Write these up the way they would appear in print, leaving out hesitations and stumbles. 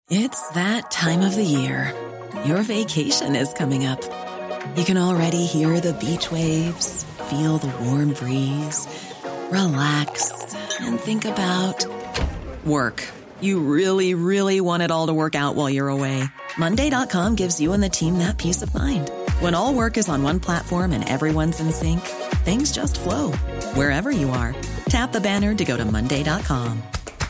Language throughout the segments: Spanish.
It's that time of the year. Your vacation is coming up. You can already hear the beach waves, feel the warm breeze, relax, and think about work. You really, really want it all to work out while you're away. Monday.com gives you and the team that peace of mind. When all work is on one platform and everyone's in sync, things just flow. Wherever you are, tap the banner to go to Monday.com.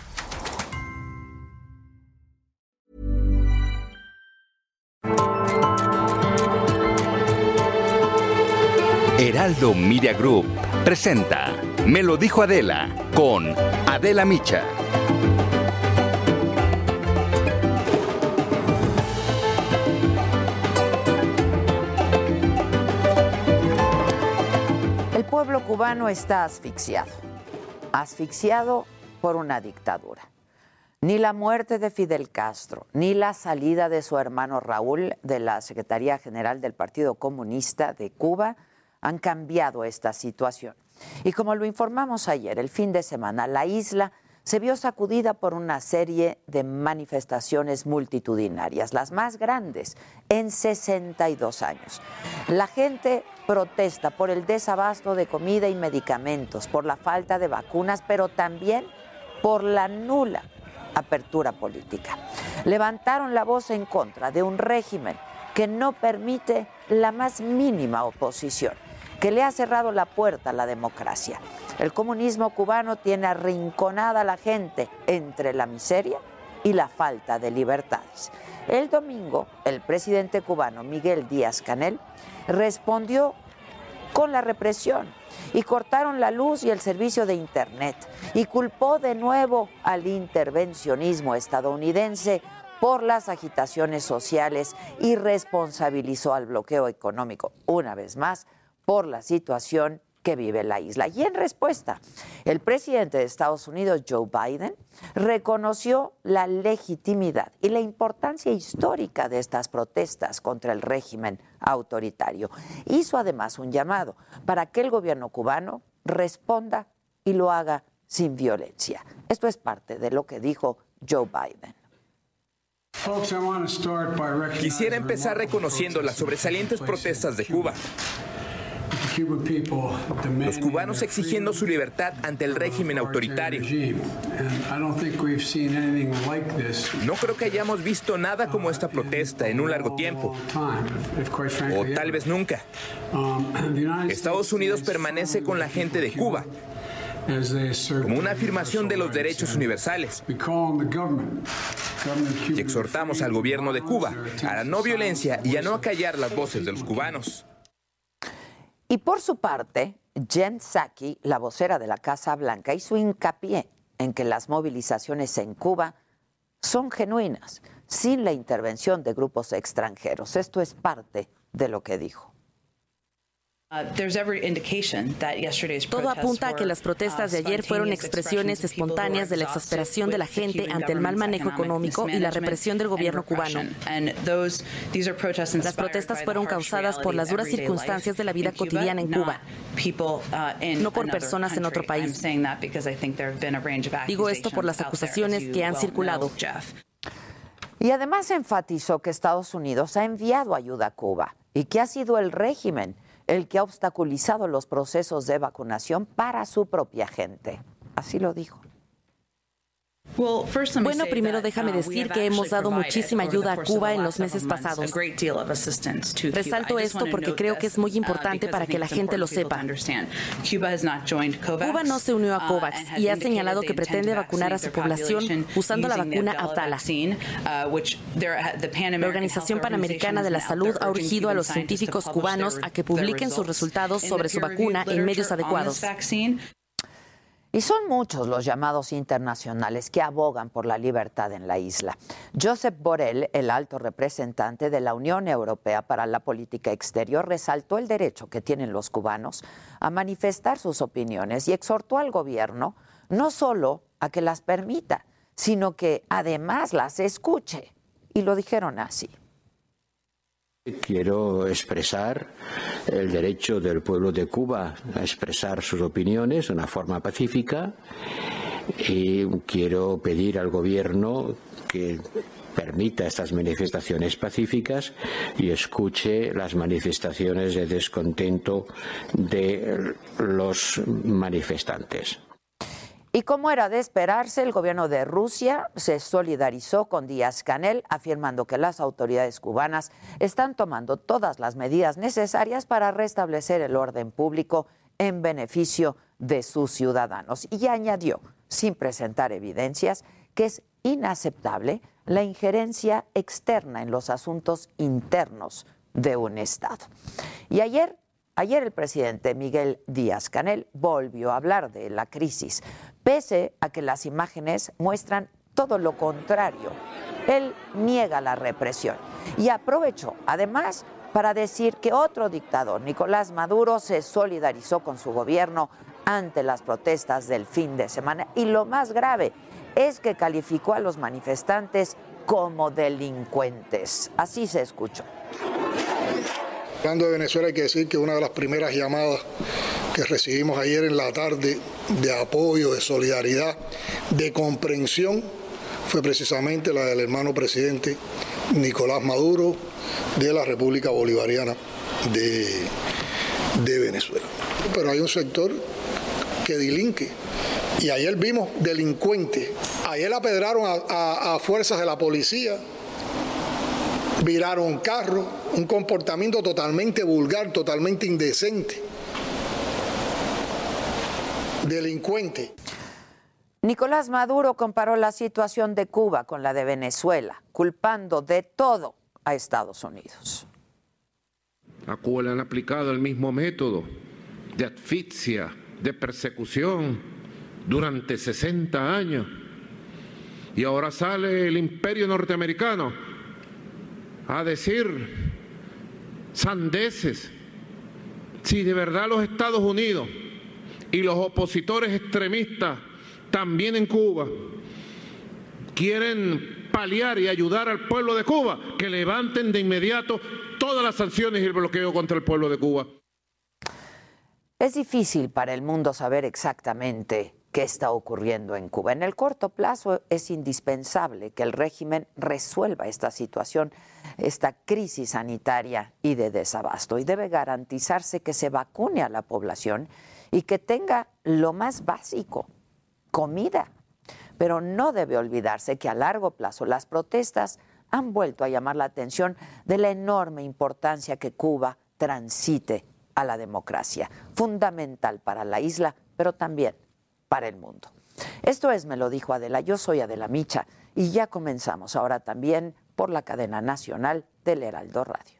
Heraldo Media Group presenta Me lo dijo Adela con Adela Micha. El pueblo cubano está asfixiado por una dictadura. Ni la muerte de Fidel Castro, ni la salida de su hermano Raúl de la Secretaría General del Partido Comunista de Cuba han cambiado esta situación. Y como lo informamos ayer, el fin de semana, la isla se vio sacudida por una serie de manifestaciones multitudinarias, las más grandes en 62 años. La gente protesta por el desabasto de comida y medicamentos, por la falta de vacunas, pero también por la nula apertura política. Levantaron la voz en contra de un régimen que no permite la más mínima oposición, que le ha cerrado la puerta a la democracia. El comunismo cubano tiene arrinconada a la gente entre la miseria y la falta de libertades. El domingo, el presidente cubano Miguel Díaz-Canel respondió con la represión y cortaron la luz y el servicio de Internet y culpó de nuevo al intervencionismo estadounidense por las agitaciones sociales y responsabilizó al bloqueo económico, una vez más, por la situación que vive la isla. Y en respuesta, el presidente de Estados Unidos, Joe Biden, reconoció la legitimidad y la importancia histórica de estas protestas contra el régimen autoritario. Hizo además un llamado para que el gobierno cubano responda y lo haga sin violencia. Esto es parte de lo que dijo Joe Biden. Quisiera empezar reconociendo las sobresalientes protestas de Cuba. Los cubanos exigiendo su libertad ante el régimen autoritario. No creo que hayamos visto nada como esta protesta en un largo tiempo, o tal vez nunca. Estados Unidos permanece con la gente de Cuba como una afirmación de los derechos universales. Y exhortamos al gobierno de Cuba a la no violencia y a no acallar las voces de los cubanos. Y por su parte, Jen Psaki, la vocera de la Casa Blanca, hizo hincapié en que las movilizaciones en Cuba son genuinas, sin la intervención de grupos extranjeros. Esto es parte de lo que dijo. Todo apunta a que las protestas de ayer fueron expresiones espontáneas de la exasperación de la gente ante el mal manejo económico y la represión del gobierno cubano. Las protestas fueron causadas por las duras circunstancias de la vida cotidiana en Cuba, no por personas en otro país. Digo esto por las acusaciones que han circulado. Y además enfatizó que Estados Unidos ha enviado ayuda a Cuba y que ha sido el régimen el que ha obstaculizado los procesos de vacunación para su propia gente. Así lo dijo. Bueno, primero déjame decir que hemos dado muchísima ayuda a Cuba en los meses pasados. Resalto esto porque creo que es muy importante para que la gente lo sepa. Cuba no se unió a COVAX y ha señalado que pretende vacunar a su población usando la vacuna Abdala. La Organización Panamericana de la Salud ha urgido a los científicos cubanos a que publiquen sus resultados sobre su vacuna en medios adecuados. Y son muchos los llamados internacionales que abogan por la libertad en la isla. Josep Borrell, el alto representante de la Unión Europea para la Política Exterior, resaltó el derecho que tienen los cubanos a manifestar sus opiniones y exhortó al gobierno no solo a que las permita, sino que además las escuche. Y lo dijeron así. Quiero expresar el derecho del pueblo de Cuba a expresar sus opiniones de una forma pacífica y quiero pedir al gobierno que permita estas manifestaciones pacíficas y escuche las manifestaciones de descontento de los manifestantes. Y como era de esperarse, el gobierno de Rusia se solidarizó con Díaz-Canel, afirmando que las autoridades cubanas están tomando todas las medidas necesarias para restablecer el orden público en beneficio de sus ciudadanos. Y añadió, sin presentar evidencias, que es inaceptable la injerencia externa en los asuntos internos de un Estado. Y ayer el presidente Miguel Díaz-Canel volvió a hablar de la crisis, pese a que las imágenes muestran todo lo contrario. Él niega la represión y aprovechó, además, para decir que otro dictador, Nicolás Maduro, se solidarizó con su gobierno ante las protestas del fin de semana. Y lo más grave es que calificó a los manifestantes como delincuentes. Así se escuchó. Hablando de Venezuela, hay que decir que una de las primeras llamadas que recibimos ayer en la tarde de apoyo, de solidaridad, de comprensión, fue precisamente la del hermano presidente Nicolás Maduro de la República Bolivariana de Venezuela. Pero hay un sector que delinque y ayer vimos delincuentes. Ayer apedraron a fuerzas de la policía, viraron carros, un comportamiento totalmente vulgar, totalmente indecente. Delincuente. Nicolás Maduro comparó la situación de Cuba con la de Venezuela, culpando de todo a Estados Unidos. A Cuba le han aplicado el mismo método de asfixia, de persecución durante 60 años. Y ahora sale el imperio norteamericano a decir sandeces. Si de verdad los Estados Unidos y los opositores extremistas también en Cuba quieren paliar y ayudar al pueblo de Cuba, que levanten de inmediato todas las sanciones y el bloqueo contra el pueblo de Cuba. Es difícil para el mundo saber exactamente qué está ocurriendo en Cuba. En el corto plazo es indispensable que el régimen resuelva esta situación, esta crisis sanitaria y de desabasto, y debe garantizarse que se vacune a la población y que tenga lo más básico, comida. Pero no debe olvidarse que a largo plazo las protestas han vuelto a llamar la atención de la enorme importancia que Cuba transite a la democracia, fundamental para la isla, pero también para el mundo. Esto es Me lo dijo Adela, yo soy Adela Micha y ya comenzamos ahora también por la cadena nacional del Heraldo Radio.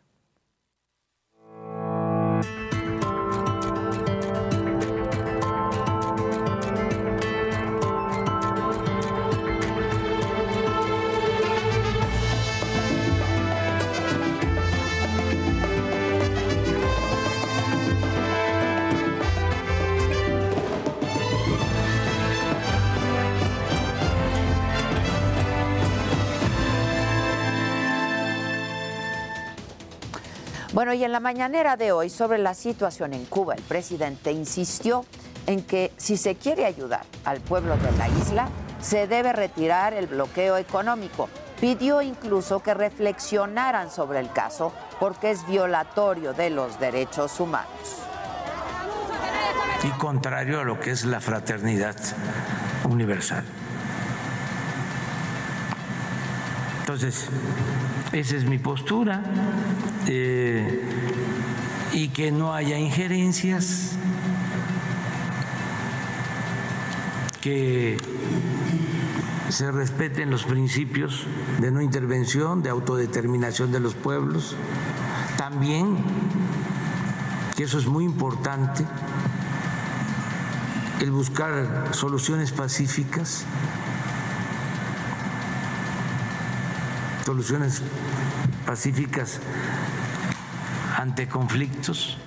Bueno, y en la mañanera de hoy sobre la situación en Cuba, el presidente insistió en que si se quiere ayudar al pueblo de la isla, se debe retirar el bloqueo económico. Pidió incluso que reflexionaran sobre el caso porque es violatorio de los derechos humanos. Y contrario a lo que es la fraternidad universal. Entonces, esa es mi postura, y que no haya injerencias, que se respeten los principios de no intervención, de autodeterminación de los pueblos, también, que eso es muy importante, el buscar soluciones pacíficas, soluciones pacíficas ante conflictos.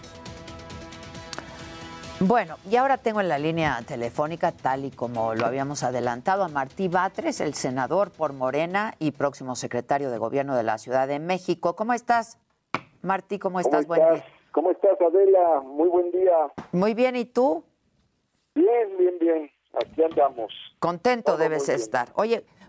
Bueno, y ahora tengo en la línea telefónica, tal y como lo habíamos adelantado, a Martí Batres, el senador por Morena y próximo secretario de Gobierno de la Ciudad de México. ¿Cómo estás, Martí? ¿Cómo estás? Buen día. ¿Cómo estás, Adela? Muy buen día. Muy bien, ¿y tú? Bien, bien, bien. Aquí andamos. Contento debes estar. Oye,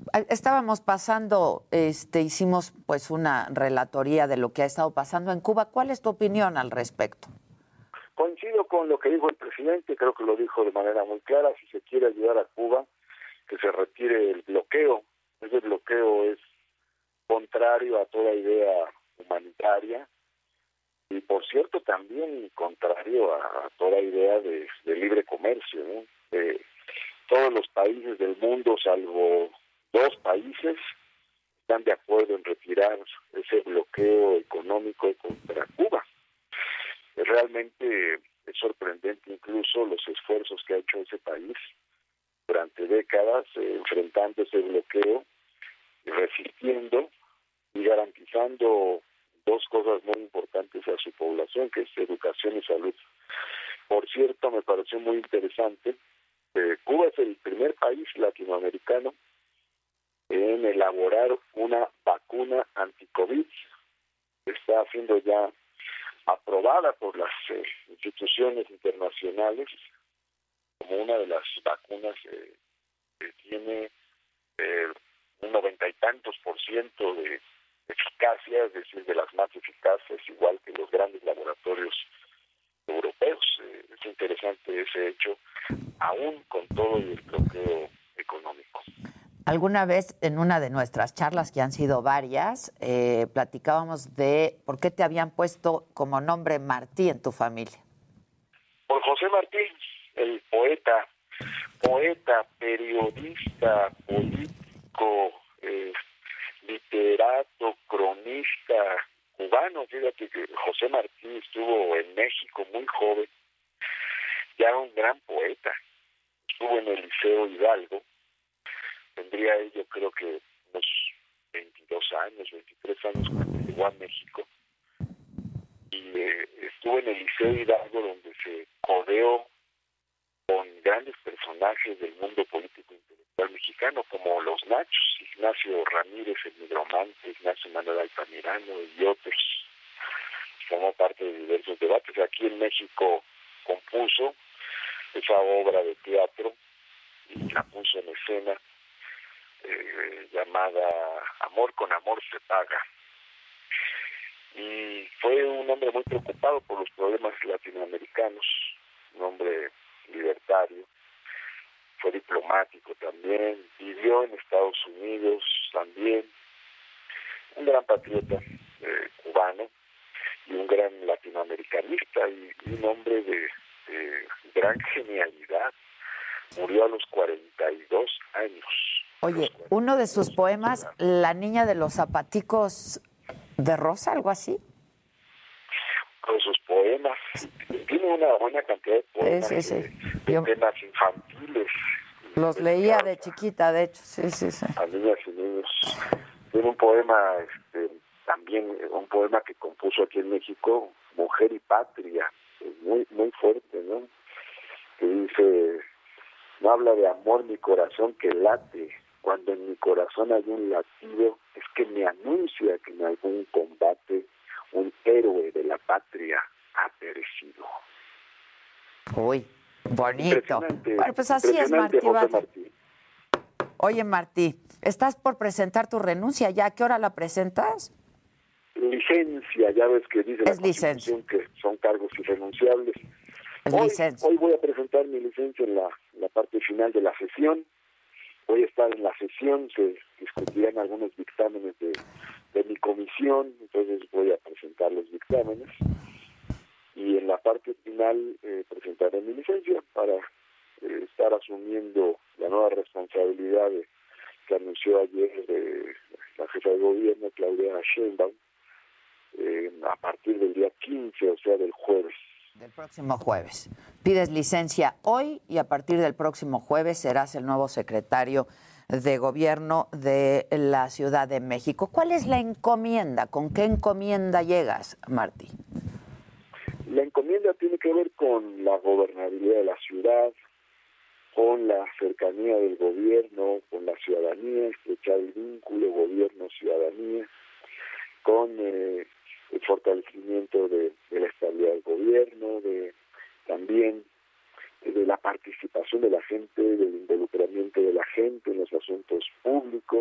Estábamos pasando, hicimos pues una relatoría de lo que ha estado pasando en Cuba. ¿Cuál es tu opinión al respecto? Coincido con lo que dijo el presidente, creo que lo dijo de manera muy clara. Si se quiere ayudar a Cuba, que se retire el bloqueo. Ese bloqueo es contrario a toda idea humanitaria y, por cierto, también contrario a toda idea de libre comercio, ¿no? Todos los países del mundo, salvo 2 países, están de acuerdo en retirar ese bloqueo económico contra Cuba. Realmente es sorprendente incluso los esfuerzos que ha hecho ese país durante décadas enfrentando ese bloqueo, resistiendo y garantizando 2 cosas muy importantes a su población, que es educación y salud. Por cierto, me pareció muy interesante, Cuba es el primer país latinoamericano en elaborar una vacuna anti-COVID. Está siendo ya aprobada por las instituciones internacionales como una de las vacunas que tiene un 90 y tantos % de eficacia, es decir, de las más eficaces, igual que los grandes laboratorios europeos. Es interesante ese hecho, aún con todo el bloqueo económico. Alguna vez en una de nuestras charlas, que han sido varias, platicábamos de por qué te habían puesto como nombre Martí en tu familia. Por José Martí, el poeta, periodista, político, literato, cronista cubano. Fíjate que José Martí estuvo en México muy joven, ya un gran poeta. Estuvo en el Liceo Hidalgo, tendría él, yo creo que unos 22 años, 23 años cuando llegó a México, y estuvo en el Liceo Hidalgo, donde se codeó con grandes personajes del mundo político intelectual mexicano, como los Nachos, Ignacio Ramírez, el Nigromante, Ignacio Manuel Altamirano y otros. Formó parte de diversos debates. Aquí en México compuso esa obra de teatro y la puso en escena, llamada Amor con amor se paga. Y fue un hombre muy preocupado por los problemas latinoamericanos, un hombre libertario, fue diplomático también, vivió en Estados Unidos también, un gran patriota cubano y un gran latinoamericanista y un hombre de gran genialidad. Murió a los 42 años. Oye, uno de sus poemas, La niña de los zapaticos de rosa, algo así. Con sus poemas, tiene una buena cantidad de poemas, de temas infantiles. Los leía de chiquita, de hecho, sí. A niñas y niños. Tiene un poema, también un poema que compuso aquí en México, Mujer y Patria, muy muy fuerte, ¿no? Que dice: no habla de amor mi corazón que late, cuando en mi corazón hay un latido, es que me anuncia que en algún combate un héroe de la patria ha perecido. Uy, bonito. Bueno, pues así es, Martí. Oye, Martí, estás por presentar tu renuncia ya. ¿A qué hora la presentas? Licencia, ya ves que dice la Constitución que son cargos irrenunciables. Hoy voy a presentar mi licencia en la parte final de la sesión. Voy a estar en la sesión, se discutirán algunos dictámenes de mi comisión, entonces voy a presentar los dictámenes. Y en la parte final presentaré mi licencia para estar asumiendo la nueva responsabilidad que anunció ayer la jefa de gobierno, Claudia Sheinbaum, a partir del día 15, o sea, del jueves. Del próximo jueves. Pides licencia hoy y a partir del próximo jueves serás el nuevo secretario de Gobierno de la Ciudad de México. ¿Cuál es la encomienda? ¿Con qué encomienda llegas, Martí? La encomienda tiene que ver con la gobernabilidad de la ciudad, con la cercanía del gobierno, con la ciudadanía, estrechar el vínculo gobierno-ciudadanía, con el fortalecimiento de la estabilidad del gobierno, también de la participación de la gente, del involucramiento de la gente en los asuntos públicos,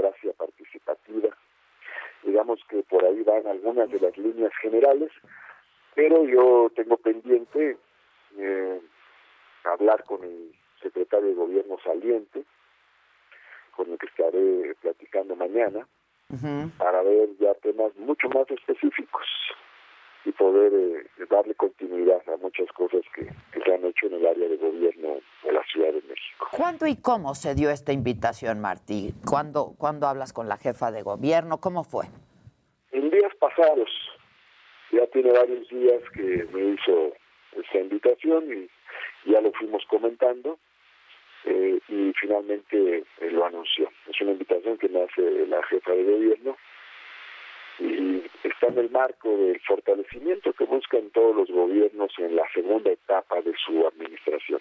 democracia participativa. Digamos que por ahí van algunas de las líneas generales, pero yo tengo pendiente hablar con el secretario de Gobierno saliente, con el que estaré platicando mañana, para ver ya temas mucho más específicos y poder darle continuidad a muchas cosas que se han hecho en el área de gobierno de la Ciudad de México. ¿Cuándo y cómo se dio esta invitación, Martí? ¿Cuándo hablas con la jefa de gobierno? ¿Cómo fue? En días pasados, ya tiene varios días que me hizo esta invitación y ya lo fuimos comentando y finalmente lo anunció. Es una invitación que me hace la jefa de gobierno y está en el marco del fortalecimiento que buscan todos los gobiernos en la segunda etapa de su administración.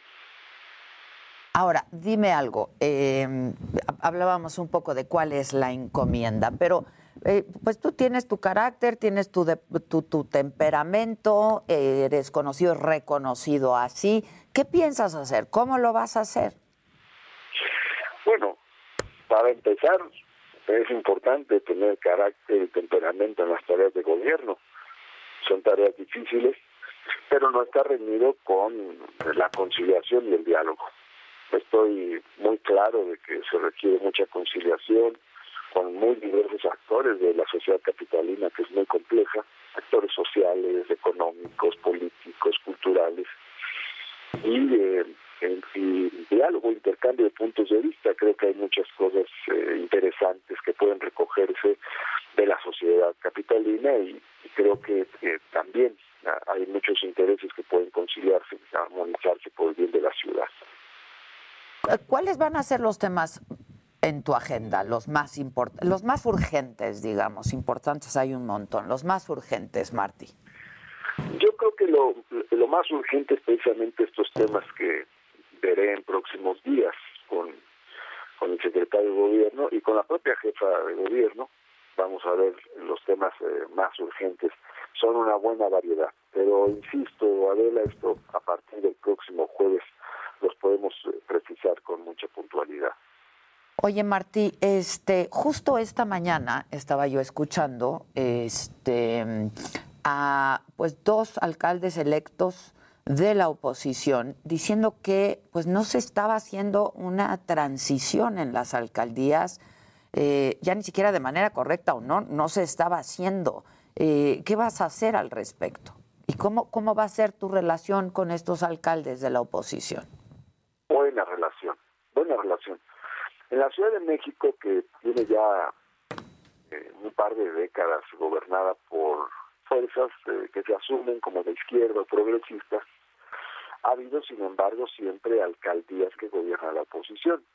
Ahora, dime algo. Hablábamos un poco de cuál es la encomienda, pero pues tú tienes tu carácter, tienes tu temperamento, eres conocido, reconocido así. ¿Qué piensas hacer? ¿Cómo lo vas a hacer? Bueno, para empezar, es importante tener carácter y temperamento en las tareas de gobierno. Son tareas difíciles, pero no está reñido con la conciliación y el diálogo. Estoy muy claro de que se requiere mucha conciliación con muy diversos actores de la sociedad capitalina, que es muy compleja, actores sociales, económicos, políticos, culturales, y diálogo, intercambio de puntos de vista. Creo que hay muchas cosas interesantes que pueden recogerse de la sociedad capitalina y creo que también hay muchos intereses que pueden conciliarse, armonizarse por el bien de la ciudad. ¿Cuáles van a ser los temas en tu agenda, los más urgentes, digamos? Importantes hay un montón, los más urgentes, Martí. Yo creo que lo más urgente es precisamente estos temas que veré en próximos días con el secretario de Gobierno y con la propia jefa de Gobierno. Vamos a ver los temas más urgentes. Son una buena variedad, pero insisto, Adela, esto a partir del próximo jueves los podemos precisar con mucha puntualidad. Oye, Martí, justo esta mañana estaba yo escuchando a pues 2 alcaldes electos de la oposición diciendo que pues no se estaba haciendo una transición en las alcaldías, ya ni siquiera de manera correcta o no se estaba haciendo. ¿Qué vas a hacer al respecto? ¿Y cómo va a ser tu relación con estos alcaldes de la oposición? Buena relación. En la Ciudad de México, que tiene ya un par de décadas gobernada por fuerzas que se asumen como de izquierda o progresistas, ha habido, sin embargo, siempre alcaldías que gobiernan la oposición.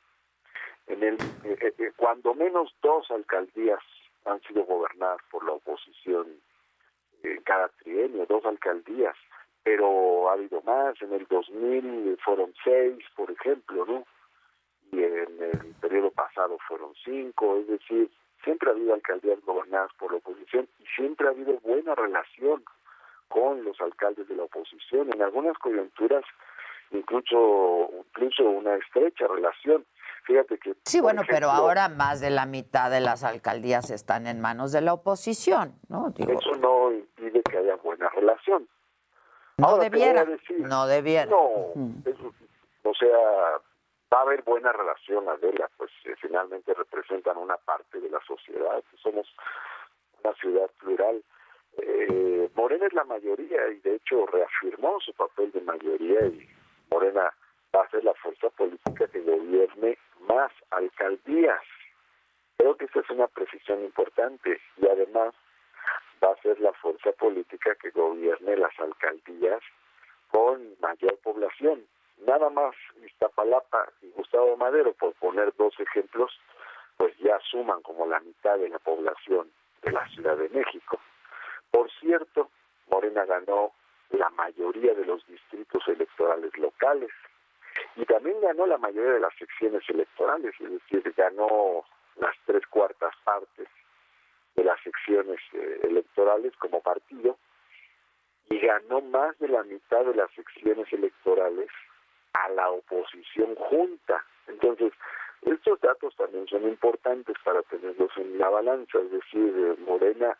Cuando menos 2 alcaldías han sido gobernadas por la oposición en cada trienio, 2 alcaldías, pero ha habido más. En el 2000 fueron 6, por ejemplo, ¿no? Y en el periodo pasado fueron 5, es decir, siempre ha habido alcaldías gobernadas por la oposición y siempre ha habido buena relación con los alcaldes de la oposición. En algunas coyunturas, incluso una estrecha relación. Fíjate que... Sí, bueno, ejemplo, pero ahora más de la mitad de las alcaldías están en manos de la oposición, ¿no? Eso no impide que haya buena relación. No ahora, debiera. No, eso, o sea, va a haber buena relación, Adela, pues finalmente representan una parte de la sociedad, somos una ciudad plural. Morena es la mayoría y de hecho reafirmó su papel de mayoría y Morena va a ser la fuerza política que gobierne más alcaldías. Creo que esa es una precisión importante y además va a ser la fuerza política que gobierne las alcaldías con mayor población. Nada más Iztapalapa y Gustavo Madero, por poner 2 ejemplos, pues ya suman como la mitad de la población de la Ciudad de México. Por cierto, Morena ganó la mayoría de los distritos electorales locales y también ganó la mayoría de las secciones electorales, es decir, ganó las 3/4 partes de las secciones electorales como partido y ganó más de la mitad de las secciones electorales a la oposición junta. Entonces, Estos datos también son importantes para tenerlos en la balanza, es decir, Morena,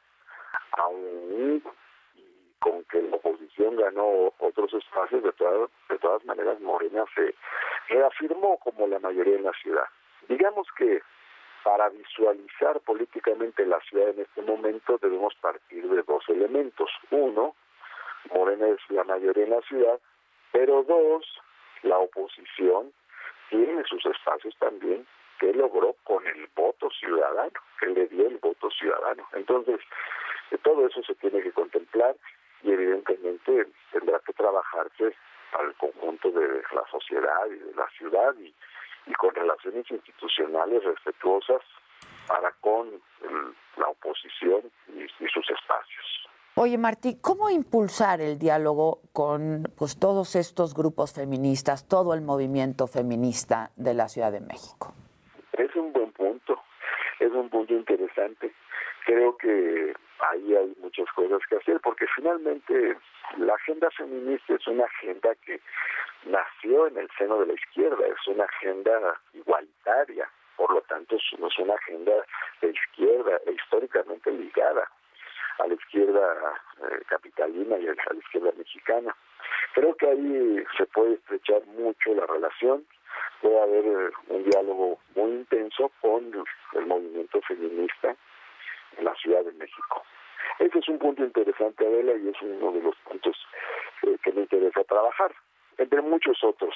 aún con que la oposición ganó otros espacios, de todas maneras Morena se reafirmó como la mayoría en la ciudad. Digamos que para visualizar políticamente la ciudad en este momento debemos partir de dos elementos. Uno, Morena es la mayoría en la ciudad, pero dos, la oposición tiene sus espacios también que logró con el voto ciudadano, que le dio el voto ciudadano. Entonces, todo eso se tiene que contemplar y evidentemente tendrá que trabajarse al conjunto de la sociedad y de la ciudad y con relaciones institucionales respetuosas para con la oposición y sus espacios. Oye, Martí, ¿cómo impulsar el diálogo con todos estos grupos feministas, todo el movimiento feminista de la Ciudad de México? Es un buen punto, es un punto interesante. Creo que ahí hay muchas cosas que hacer, porque finalmente la agenda feminista es una agenda que nació en el seno de la izquierda, es una agenda igualitaria, por lo tanto no es una agenda de izquierda, históricamente ligada a la izquierda capitalina y a la izquierda mexicana. Creo que ahí se puede estrechar mucho la relación, puede haber un diálogo muy intenso con el movimiento feminista en la Ciudad de México. Ese es un punto interesante, Adela, y es uno de los puntos que me interesa trabajar, entre muchos otros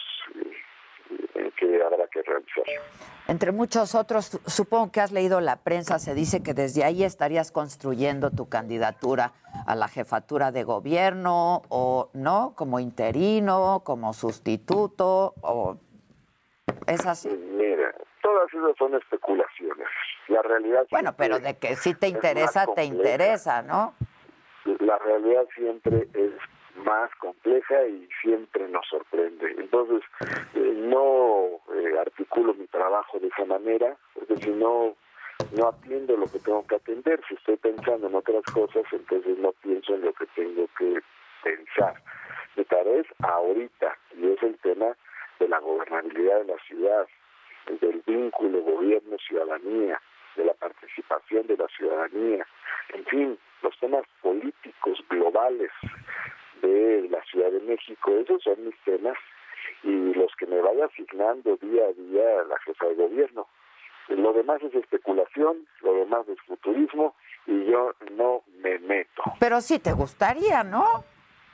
que habrá que realizar. Entre muchos otros, supongo que has leído la prensa, se dice que desde ahí estarías construyendo tu candidatura a la jefatura de gobierno, o no, como interino, como sustituto, o ¿es así? Mira, todas esas son especulaciones. La realidad... Bueno, pero de que sí te interesa, te interesa, ¿no? La realidad siempre es más compleja y siempre nos sorprende. Entonces, no articulo mi trabajo de esa manera, porque si no atiendo lo que tengo que atender. Si estoy pensando en otras cosas, entonces no pienso en lo que tengo que pensar. Mi tarea es ahorita, y es el tema de la gobernabilidad de la ciudad, del vínculo gobierno-ciudadanía, de la participación de la ciudadanía, en fin, los temas políticos globales de la Ciudad de México. Esos son mis temas y los que me vaya asignando día a día la jefa de gobierno. Lo demás es especulación, lo demás es futurismo y yo no me meto. Pero sí te gustaría, ¿no?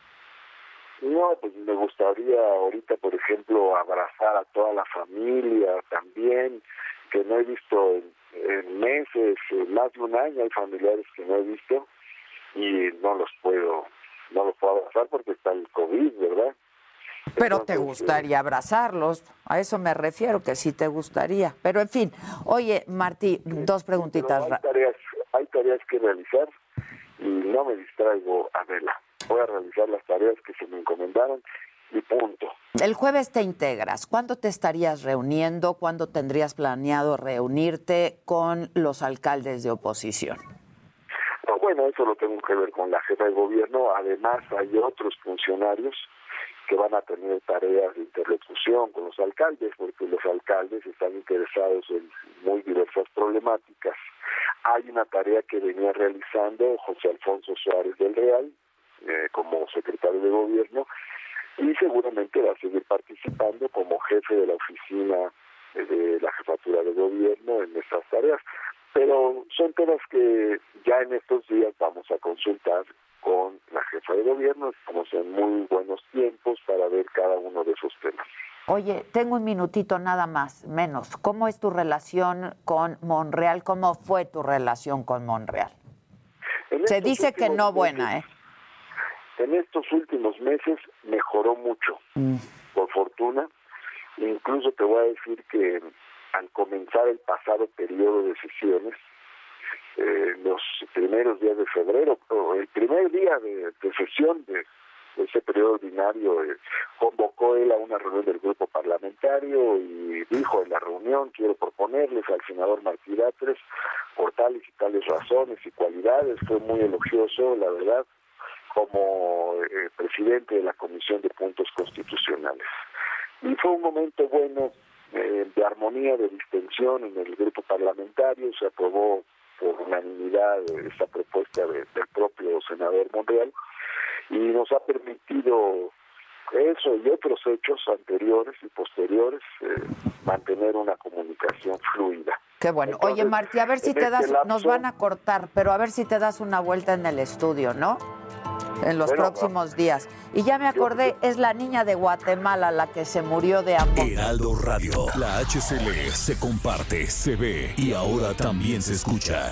No, pues me gustaría ahorita, por ejemplo, abrazar a toda la familia también, que no he visto en meses, más de un año. Hay familiares que no he visto y no los puedo abrazar porque está el COVID, ¿verdad? Pero entonces, te gustaría abrazarlos, a eso me refiero, que sí te gustaría. Pero en fin, oye, Martí, dos preguntitas. Hay tareas que realizar y no me distraigo, Adela. Voy a realizar las tareas que se me encomendaron y punto. El jueves te integras. ¿Cuándo te estarías reuniendo? ¿Cuándo tendrías planeado reunirte con los alcaldes de oposición? No, bueno, eso lo tengo que ver con la jefa de gobierno. Además, hay otros funcionarios que van a tener tareas de interlocución con los alcaldes, porque los alcaldes están interesados en muy diversas problemáticas. Hay una tarea que venía realizando José Alfonso Suárez del Real, como secretario de gobierno, y seguramente va a seguir participando como jefe de la oficina de la jefatura de gobierno en estas tareas. Pero son temas que ya en estos días vamos a consultar con la jefa de gobierno. Estamos en muy buenos tiempos para ver cada uno de esos temas. Oye, tengo un minutito nada más, menos. ¿Cómo es tu relación con Monreal? ¿Cómo fue tu relación con Monreal? Se dice que no buena, ¿eh? En estos últimos meses mejoró mucho, por fortuna. Incluso te voy a decir que al comenzar el pasado periodo de sesiones, los primeros días de febrero, el primer día de sesión de ese periodo ordinario, convocó él a una reunión del grupo parlamentario y dijo en la reunión: quiero proponerles al senador Martí Batres por tales y tales razones y cualidades. Fue muy elogioso, la verdad, como presidente de la Comisión de Puntos Constitucionales. Y fue un momento bueno de armonía, de distensión en el grupo parlamentario. Se aprobó por unanimidad esta propuesta del propio senador Monreal, y nos ha permitido eso y otros hechos anteriores y posteriores mantener una comunicación fluida. Qué bueno. Entonces, oye, Martí, a ver si te das, nos van a cortar, pero a ver si te das una vuelta en el estudio, ¿no? En los próximos días. Y ya me acordé, es la niña de Guatemala la que se murió de hambre. Heraldo Radio, la HCL se comparte, se ve y ahora también se escucha.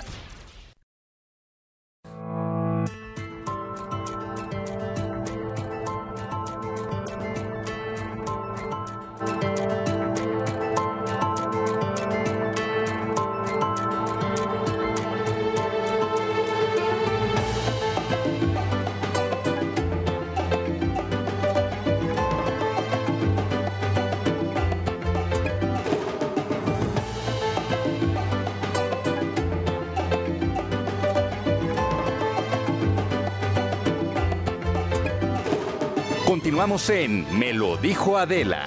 Continuamos en Me lo dijo Adela.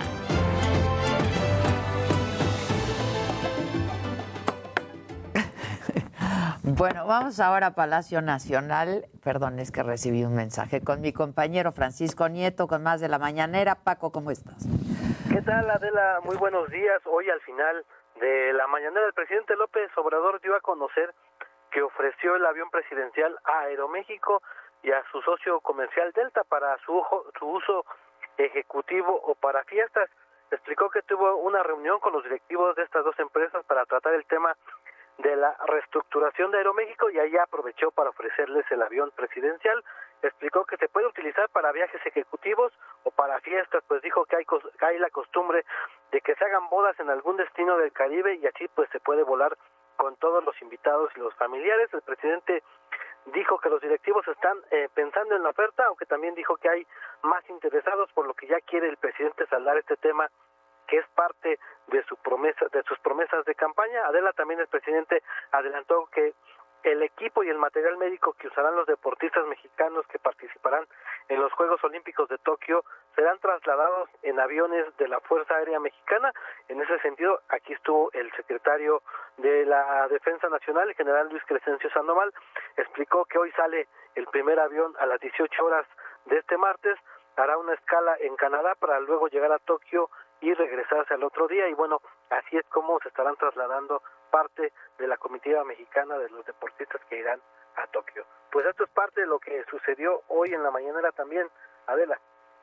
Bueno, vamos ahora a Palacio Nacional. Perdón, es que recibí un mensaje con mi compañero Francisco Nieto con más de la mañanera. Paco, ¿cómo estás? ¿Qué tal, Adela? Muy buenos días. Hoy al final de la mañanera el presidente López Obrador dio a conocer que ofreció el avión presidencial a Aeroméxico y a su socio comercial Delta para su uso ejecutivo o para fiestas. Explicó que tuvo una reunión con los directivos de estas dos empresas para tratar el tema de la reestructuración de Aeroméxico, y ahí aprovechó para ofrecerles el avión presidencial. Explicó que se puede utilizar para viajes ejecutivos o para fiestas, pues dijo que hay la costumbre de que se hagan bodas en algún destino del Caribe y así pues se puede volar con todos los invitados y los familiares. El presidente dijo que los directivos están pensando en la oferta, aunque también dijo que hay más interesados, por lo que ya quiere el presidente saldar este tema que es parte de sus promesas de campaña. Adela, también el presidente adelantó que el equipo y el material médico que usarán los deportistas mexicanos que participarán en los Juegos Olímpicos de Tokio serán trasladados en aviones de la Fuerza Aérea Mexicana. En ese sentido, aquí estuvo el secretario de la Defensa Nacional, el general Luis Crescencio Sandoval. Explicó que hoy sale el primer avión a las 18 horas de este martes, hará una escala en Canadá para luego llegar a Tokio y regresarse al otro día, y bueno, así es como se estarán trasladando parte de la comitiva mexicana de los deportistas que irán a Tokio. Pues esto es parte de lo que sucedió hoy en la mañanera también, Adela.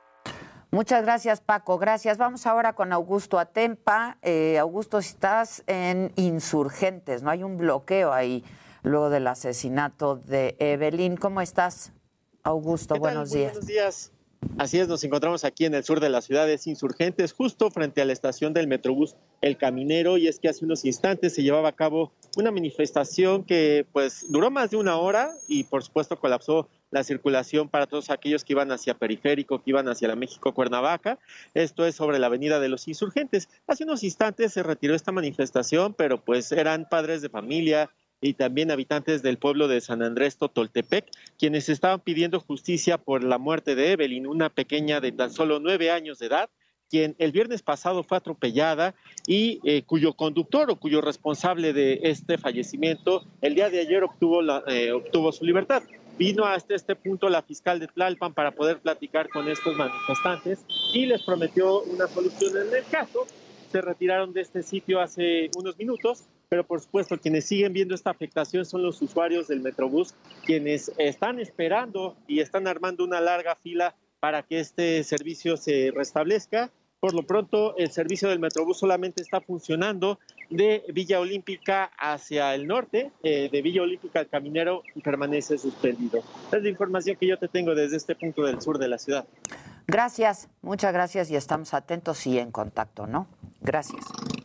Muchas gracias, Paco. Gracias. Vamos ahora con Augusto Atempa. Augusto, estás en Insurgentes, ¿no? Hay un bloqueo ahí luego del asesinato de Evelyn. ¿Cómo estás, Augusto? Buenos días. Buenos días. Así es, nos encontramos aquí en el sur de la ciudad de Insurgentes, justo frente a la estación del Metrobús El Caminero, y es que hace unos instantes se llevaba a cabo una manifestación que pues duró más de una hora y por supuesto colapsó la circulación para todos aquellos que iban hacia Periférico, que iban hacia la México-Cuernavaca. Esto es sobre la avenida de los Insurgentes. Hace unos instantes se retiró esta manifestación, pero pues eran padres de familia y también habitantes del pueblo de San Andrés Totoltepec, quienes estaban pidiendo justicia por la muerte de Evelyn, una pequeña de tan solo 9 años de edad, quien el viernes pasado fue atropellada y cuyo conductor o cuyo responsable de este fallecimiento el día de ayer obtuvo su libertad. Vino hasta este punto la fiscal de Tlalpan para poder platicar con estos manifestantes y les prometió una solución en el caso. Se retiraron de este sitio hace unos minutos, pero por supuesto quienes siguen viendo esta afectación son los usuarios del Metrobús, quienes están esperando y están armando una larga fila para que este servicio se restablezca. Por lo pronto, el servicio del Metrobús solamente está funcionando de Villa Olímpica hacia el norte, de Villa Olímpica al Caminero, y permanece suspendido. Es la información que yo te tengo desde este punto del sur de la ciudad. Gracias, muchas gracias, y estamos atentos y en contacto, ¿no? Gracias.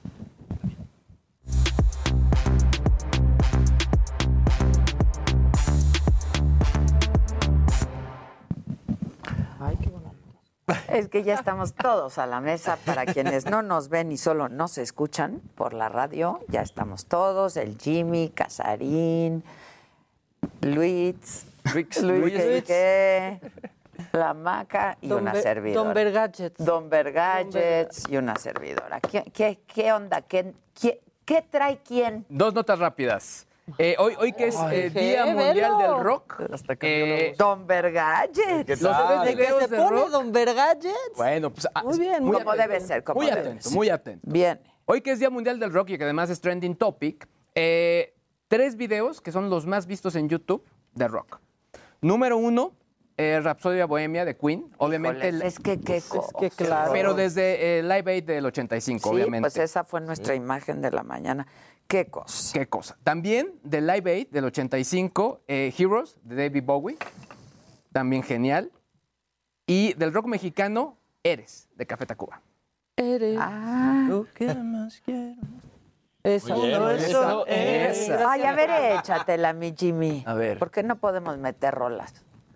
Ay, qué bonito. Es que ya estamos todos a la mesa. Para quienes no nos ven y solo nos escuchan por la radio, ya estamos todos, el Jimmy, Casarín, Luis, La Maca y una servidora. Don Vergadgets. Don Vergadgets y una servidora. ¿Qué onda? ¿Qué trae quién? 2 notas rápidas. Hoy que es Día Mundial del Rock. Don Vergadgets. ¿De qué se pone Don Vergadgets? Bueno, pues muy bien. Como debe ser. Muy atento. Bien. Hoy que es Día Mundial del Rock y que además es trending topic, 3 videos que son los más vistos en YouTube de rock. Número 1, Rhapsodia Bohemia de Queen. Obviamente. Es que claro. Pero desde Live Aid del 85, sí, obviamente. Pues esa fue nuestra imagen de la mañana. ¿Qué cosa? También de Live Aid del 85, Heroes de David Bowie. También genial. Y del rock mexicano, Eres de Café Tacuba. Eres lo que más quiero. Esa. Ay, a ver, échatela, mi Jimmy. A ver. ¿Por qué no podemos meter rolas?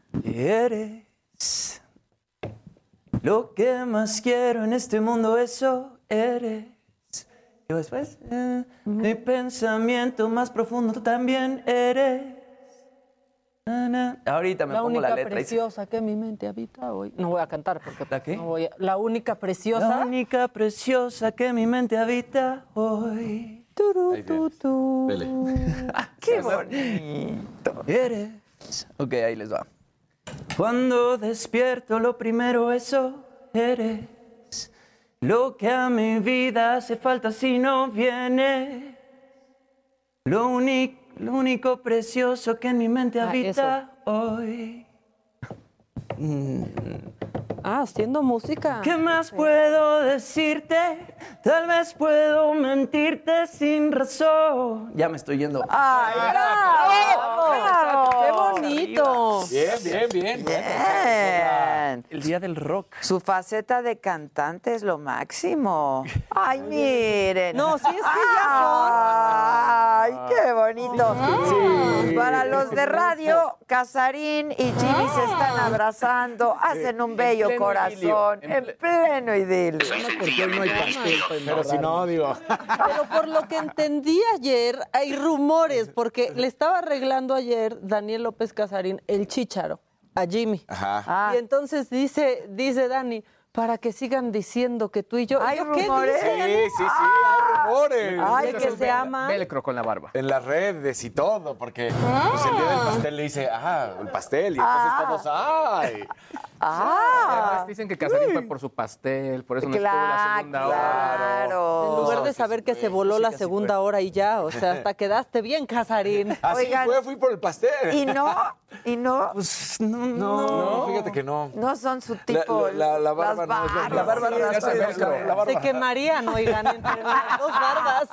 Eres lo que más quiero en este mundo, eso eres. Y después, mi pensamiento más profundo, tú también eres. Ahorita me pongo la letra. La única preciosa que mi mente habita hoy. No voy a cantar porque ¿La qué? no voy a... La única preciosa. La única preciosa que mi mente habita hoy. Dele. ¡Qué bonito! Eres. Ok, ahí les va. Cuando despierto lo primero eso eres. Lo que a mi vida hace falta si no viene. Lo único precioso que en mi mente habita hoy. Haciendo música. ¿Qué más puedo decirte? Tal vez puedo mentirte sin razón. Ya me estoy yendo. ¡Ay, bravo! ¡Qué bonito! Bien. El día del rock. Su faceta de cantante es lo máximo. ¡Ay, miren! No, sí, es que ya ¡Ay, qué bonito! Sí. Para los de radio, Casarín y Jimmy se están abrazando, hacen un bello corazón, en pleno idilio. Porque hoy no hay pastel. Pero si no, digo. Pero por lo que entendí ayer, hay rumores, porque le estaba arreglando ayer Daniel López Casarín el chícharo a Jimmy. Ajá. Y entonces dice Dani, para que sigan diciendo que tú y yo... ¿Hay ¿Qué rumores? dicen? Sí, hay rumores. Ay, que se ama. Velcro con la barba. En las redes y todo, porque pues, el día del pastel le dice, el pastel, y entonces todos, ¡ay! Además dicen que Casarín fue por su pastel, por eso no estuvo la segunda hora. Claro. En lugar de saber que se voló la segunda hora y ya, o sea, hasta quedaste bien, Casarín. Así Oigan, fui por el pastel. ¿Y no? Pues no, fíjate que no. No son su tipo. La barba no es lo las barbas. Se quemarían, oigan, entre las 2 barbas.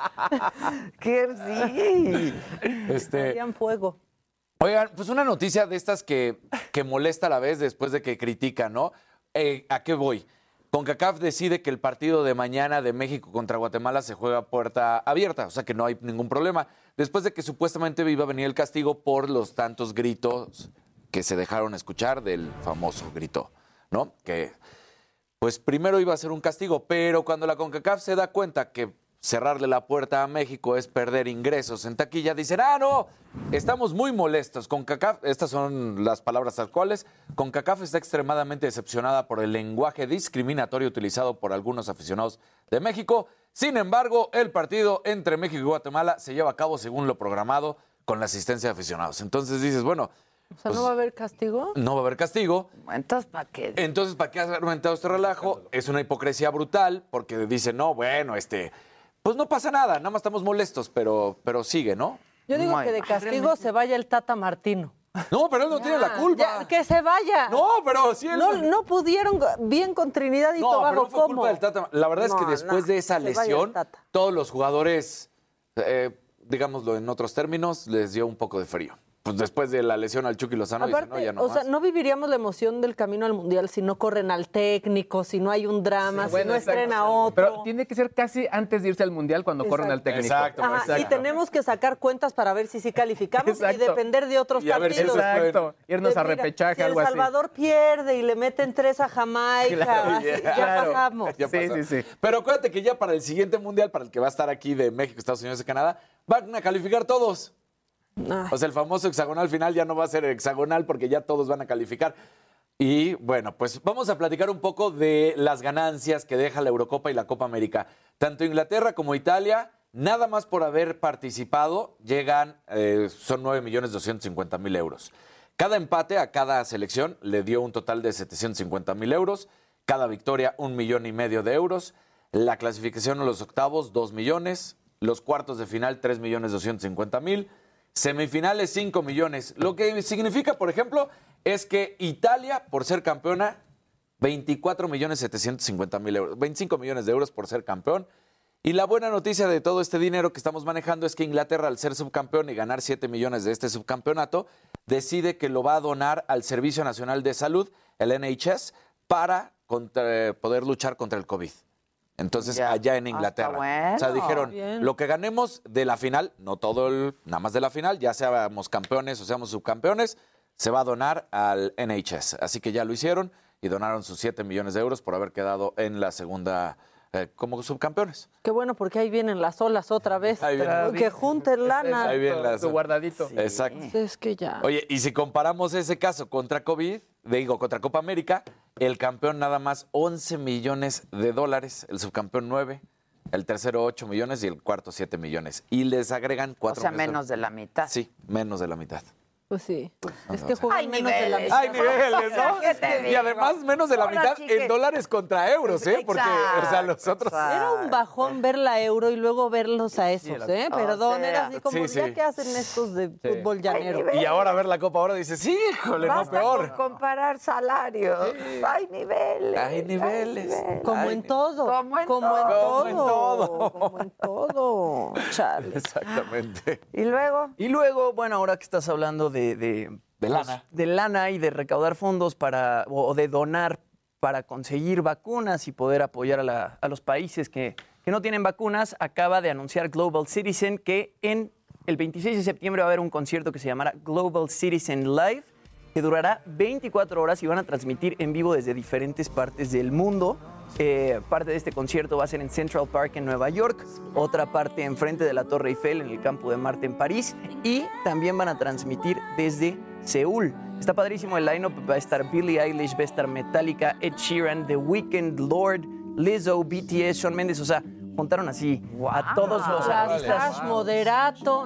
¡Qué sí! Harían fuego. Oigan, pues una noticia de estas que molesta a la vez después de que critican, ¿no? ¿A qué voy? CONCACAF decide que el partido de mañana de México contra Guatemala se juega a puerta abierta, o sea que no hay ningún problema. Después de que supuestamente iba a venir el castigo por los tantos gritos que se dejaron escuchar del famoso grito, ¿no? Que pues primero iba a ser un castigo, pero cuando la CONCACAF se da cuenta que cerrarle la puerta a México es perder ingresos en taquilla, dicen, no, estamos muy molestos. CONCACAF, estas son las palabras tal cuales, CONCACAF está extremadamente decepcionada por el lenguaje discriminatorio utilizado por algunos aficionados de México. Sin embargo, el partido entre México y Guatemala se lleva a cabo según lo programado con la asistencia de aficionados. Entonces dices, bueno... O sea, ¿no va a haber castigo? No va a haber castigo. Entonces, ¿para qué? Entonces, ¿para qué has argumentado este relajo? Es una hipocresía brutal porque dicen, no, bueno, pues no pasa nada, nada más estamos molestos, pero sigue, ¿no? Yo digo que de castigo se vaya el Tata Martino. No, pero él no tiene la culpa. Ya, que se vaya. No, pero sí él... No pudieron bien con Trinidad y Tobago. No, pero no fue culpa del Tata. La verdad es que después de esa lesión, todos los jugadores, digámoslo en otros términos, les dio un poco de frío. Pues después de la lesión al Chucky Lozano, aparte, dice, no, ya no más. sea, no viviríamos la emoción del camino al Mundial si no corren al técnico, si no hay un drama, si no estrena a otro. Pero tiene que ser casi antes de irse al Mundial cuando corren al técnico. Exacto. Y tenemos que sacar cuentas para ver si sí calificamos y depender de otros partidos. Irnos a repechaje, algo así. Si El Salvador pierde y le meten 3 a Jamaica, ya pasamos. Ya pasó. Sí. Pero acuérdate que ya para el siguiente Mundial, para el que va a estar aquí de México, Estados Unidos y Canadá, van a calificar todos. O sea, el famoso hexagonal final ya no va a ser hexagonal porque ya todos van a calificar. Y bueno, pues vamos a platicar un poco de las ganancias que deja la Eurocopa y la Copa América. Tanto Inglaterra como Italia, nada más por haber participado, llegan, son 9.250.000 euros. Cada empate a cada selección le dio un total de 750.000 euros. Cada victoria, 1,5 millones de euros. La clasificación a los octavos, 2 millones. Los cuartos de final, 3.250.000. Semifinales, 5 millones. Lo que significa, por ejemplo, es que Italia, por ser campeona, 24.750.000 euros. 25 millones de euros por ser campeón. Y la buena noticia de todo este dinero que estamos manejando es que Inglaterra, al ser subcampeón y ganar 7 millones de este subcampeonato, decide que lo va a donar al Servicio Nacional de Salud, el NHS, para poder luchar contra el COVID. Entonces, allá en Inglaterra. Bueno. O sea, dijeron, Bien. lo que ganemos de la final, no todo nada más de la final, ya seamos campeones o seamos subcampeones, se va a donar al NHS. Así que ya lo hicieron y donaron sus 7 millones de euros por haber quedado en la segunda como subcampeones. Qué bueno, porque ahí vienen las olas otra vez. Ahí vienen. Que junten lana. Ahí vienen las... Tu guardadito. Sí. Exacto. Es que ya. Oye, y si comparamos ese caso contra contra Copa América, el campeón nada más 11 millones de dólares, el subcampeón 9, el tercero 8 millones y el cuarto 7 millones. Y les agregan 4 O sea, millones. menos de la mitad. Sí, menos de la mitad. Pues sí. Es que juegan menos de la mitad. Hay niveles, ¿no? ¿Qué te digo? Y además menos de la Ahora mitad sí que- en dólares contra euros, ¿eh? Porque, o sea, los otros... Era un bajón ver la Euro y luego verlos a esos, ¿eh? Perdón, O sea, era así como, sí, ¿ya sí. qué hacen estos de fútbol llanero? Y ahora ver la Copa ahora dices, sí, híjole, no, Basta peor. con comparar salarios. Hay niveles. Hay niveles. Como en todo. Como en Como en todo. todo. Como en todo. Chale. Exactamente. Y luego, Y luego, bueno, ahora que estás hablando de lana. de lana y de recaudar fondos o de donar para conseguir vacunas y poder apoyar a los países que no tienen vacunas, acaba de anunciar Global Citizen que en el 26 de septiembre va a haber un concierto que se llamará Global Citizen Live, que durará 24 horas y van a transmitir en vivo desde diferentes partes del mundo. Parte de este concierto va a ser en Central Park en Nueva York, otra parte enfrente de la Torre Eiffel en el Campo de Marte en París y también van a transmitir desde Seúl. Está padrísimo el line-up, va a estar Billie Eilish, va a estar Metallica, Ed Sheeran, The Weeknd, Lorde, Lizzo, BTS, Shawn Mendes, o sea, juntaron así a todos los artistas. Slash moderato.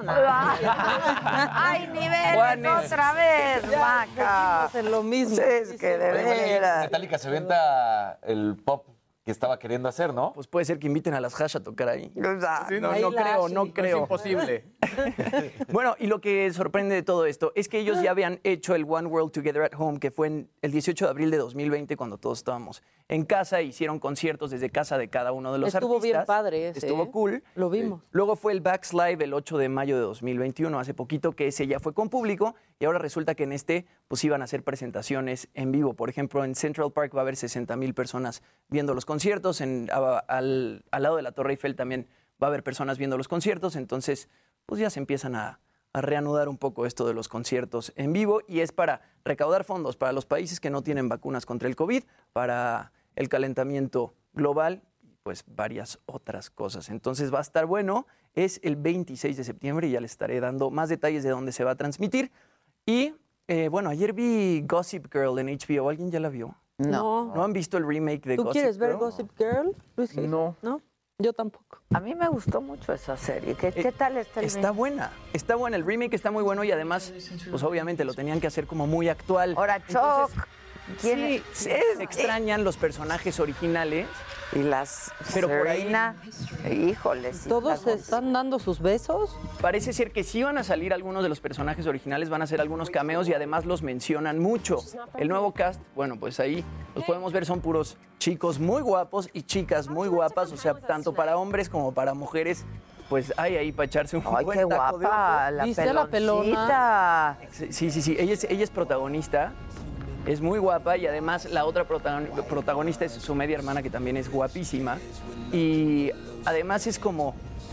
hay niveles Juanes. otra vez, Maca. Hacen lo mismo. Sí, es que de veras. Metallica se venta el pop que estaba queriendo hacer, ¿no? Pues puede ser que inviten a las Hash a tocar ahí. Sí, No, Ahí no la creo, Ashley. no creo. Es imposible. Bueno, y lo que sorprende de todo esto es que ellos ya habían hecho el One World Together at Home, que fue en el 18 de abril de 2020, cuando todos estábamos en casa, hicieron conciertos desde casa de cada uno de los Estuvo artistas. bien padre ese, Estuvo ¿eh? cool. Lo vimos. Luego fue el Bax Live el 8 de mayo de 2021, hace poquito que ese ya fue con público, y ahora resulta que en este pues iban a hacer presentaciones en vivo. Por ejemplo, en Central Park va a haber 60,000 personas viendo los conciertos, al lado de la Torre Eiffel también va a haber personas viendo los conciertos, entonces pues ya se empiezan a reanudar un poco esto de los conciertos en vivo, y es para recaudar fondos para los países que no tienen vacunas contra el COVID, para el calentamiento global y pues varias otras cosas. Entonces va a estar bueno, es el 26 de septiembre y ya les estaré dando más detalles de dónde se va a transmitir. Y bueno, ayer vi Gossip Girl en HBO, ¿alguien ya la vio? No. ¿No han visto el remake de ¿Tú Gossip quieres ver Girl? Gossip Girl, Luis? No. ¿No? Yo tampoco. A mí me gustó mucho esa serie. ¿Qué tal está el Está buena, está buena. El remake está muy bueno y además, pues obviamente lo tenían que hacer como muy actual. Ahora, Entonces, Chuck. ¿Quién sí, es? se extrañan los personajes originales. Y las Pero por ahí- Serena, híjole. sí ¿Todos está se están dando sus besos? Parece ser que sí van a salir algunos de los personajes originales, van a hacer algunos cameos y además los mencionan mucho. El nuevo cast, bueno, pues ahí los podemos ver, son puros chicos muy guapos y chicas muy guapas, o sea, tanto para hombres como para mujeres, pues hay ahí para echarse un Ay, buen qué taco de guapa, ojo. la ¿Viste la peloncita. Sí, ella es protagonista, es muy guapa y además la otra protagonista es su media hermana que también es guapísima y además es como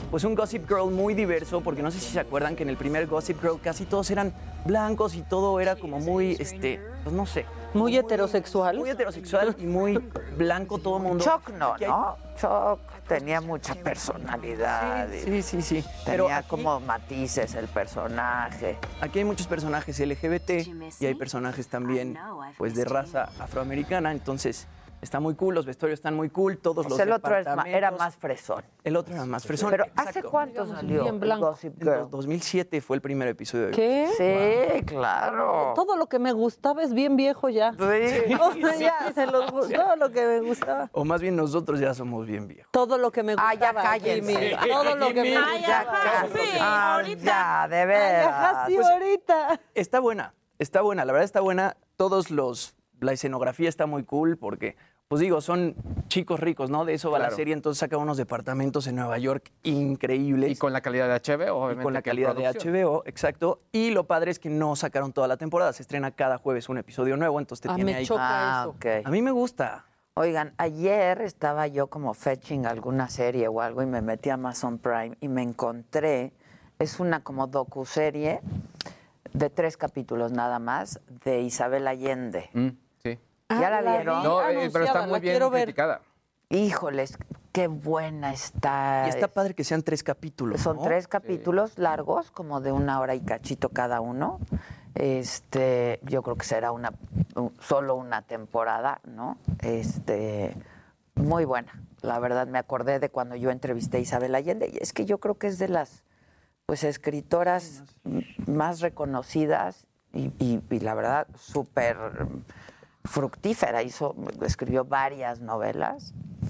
pues un Gossip Girl muy diverso, porque no sé si se acuerdan que en el primer Gossip Girl casi todos eran blancos y todo era como muy, pues no sé. Muy heterosexual. Muy heterosexual y muy blanco todo el mundo. Chuck no, ¿no? Chuck tenía mucha personalidad. Sí. Tenía como matices el personaje. Aquí hay muchos personajes LGBT y hay personajes también pues de raza afroamericana, entonces está muy cool, los vestuarios están muy cool, todos los el otro departamentos. era más fresón. El otro era más fresón. Pero exacto. ¿hace cuánto salió bien blanco. Gossip Girl? En 2007 fue el primer episodio. ¿Qué? Sí, claro. Todo lo que me gustaba es bien viejo ya. Sí. O sea, ya, todo lo que me gustaba. O más bien nosotros ya somos bien viejos. Todo lo que me gustaba. Ya cállense. Jimmy. Todo lo que me gustaba. Ya, de veras. Sí, ahorita. Está buena, la verdad está buena. La escenografía está muy cool porque, pues digo, son chicos ricos, ¿no? De eso va la serie, entonces saca unos departamentos en Nueva York increíbles. Y con la calidad de HBO, obviamente. Y con la calidad de HBO, exacto. Y lo padre es que no sacaron toda la temporada, se estrena cada jueves un episodio nuevo, entonces te tiene me ahí. choca eso. Okay. A mí me gusta. Oigan, ayer estaba yo como fetching alguna serie o algo y me metí a Amazon Prime y me encontré, es una como docuserie de 3 capítulos nada más, de Isabel Allende. Sí. ¿Ya la vieron? No, pero está muy bien criticada. Híjoles, qué buena está. Y está padre que sean 3 capítulos. Son ¿no? 3 capítulos largos, como de 1 hora y cachito cada uno. Yo creo que será solo una temporada, ¿no? Muy buena. La verdad, me acordé de cuando yo entrevisté a Isabel Allende, y es que yo creo que es de las escritoras más reconocidas y la verdad, súper fructífera. Escribió varias novelas.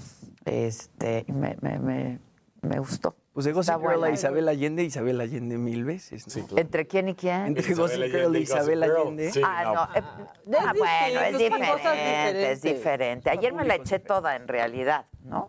Me gustó. Pues de Gossip Girl a Isabel Allende 1000 veces. ¿No? Sí, claro. ¿Entre quién y quién? Entre Gossip Girl y Isabel Allende. Sí, bueno, es diferente. Ayer me la eché toda, en realidad, ¿no?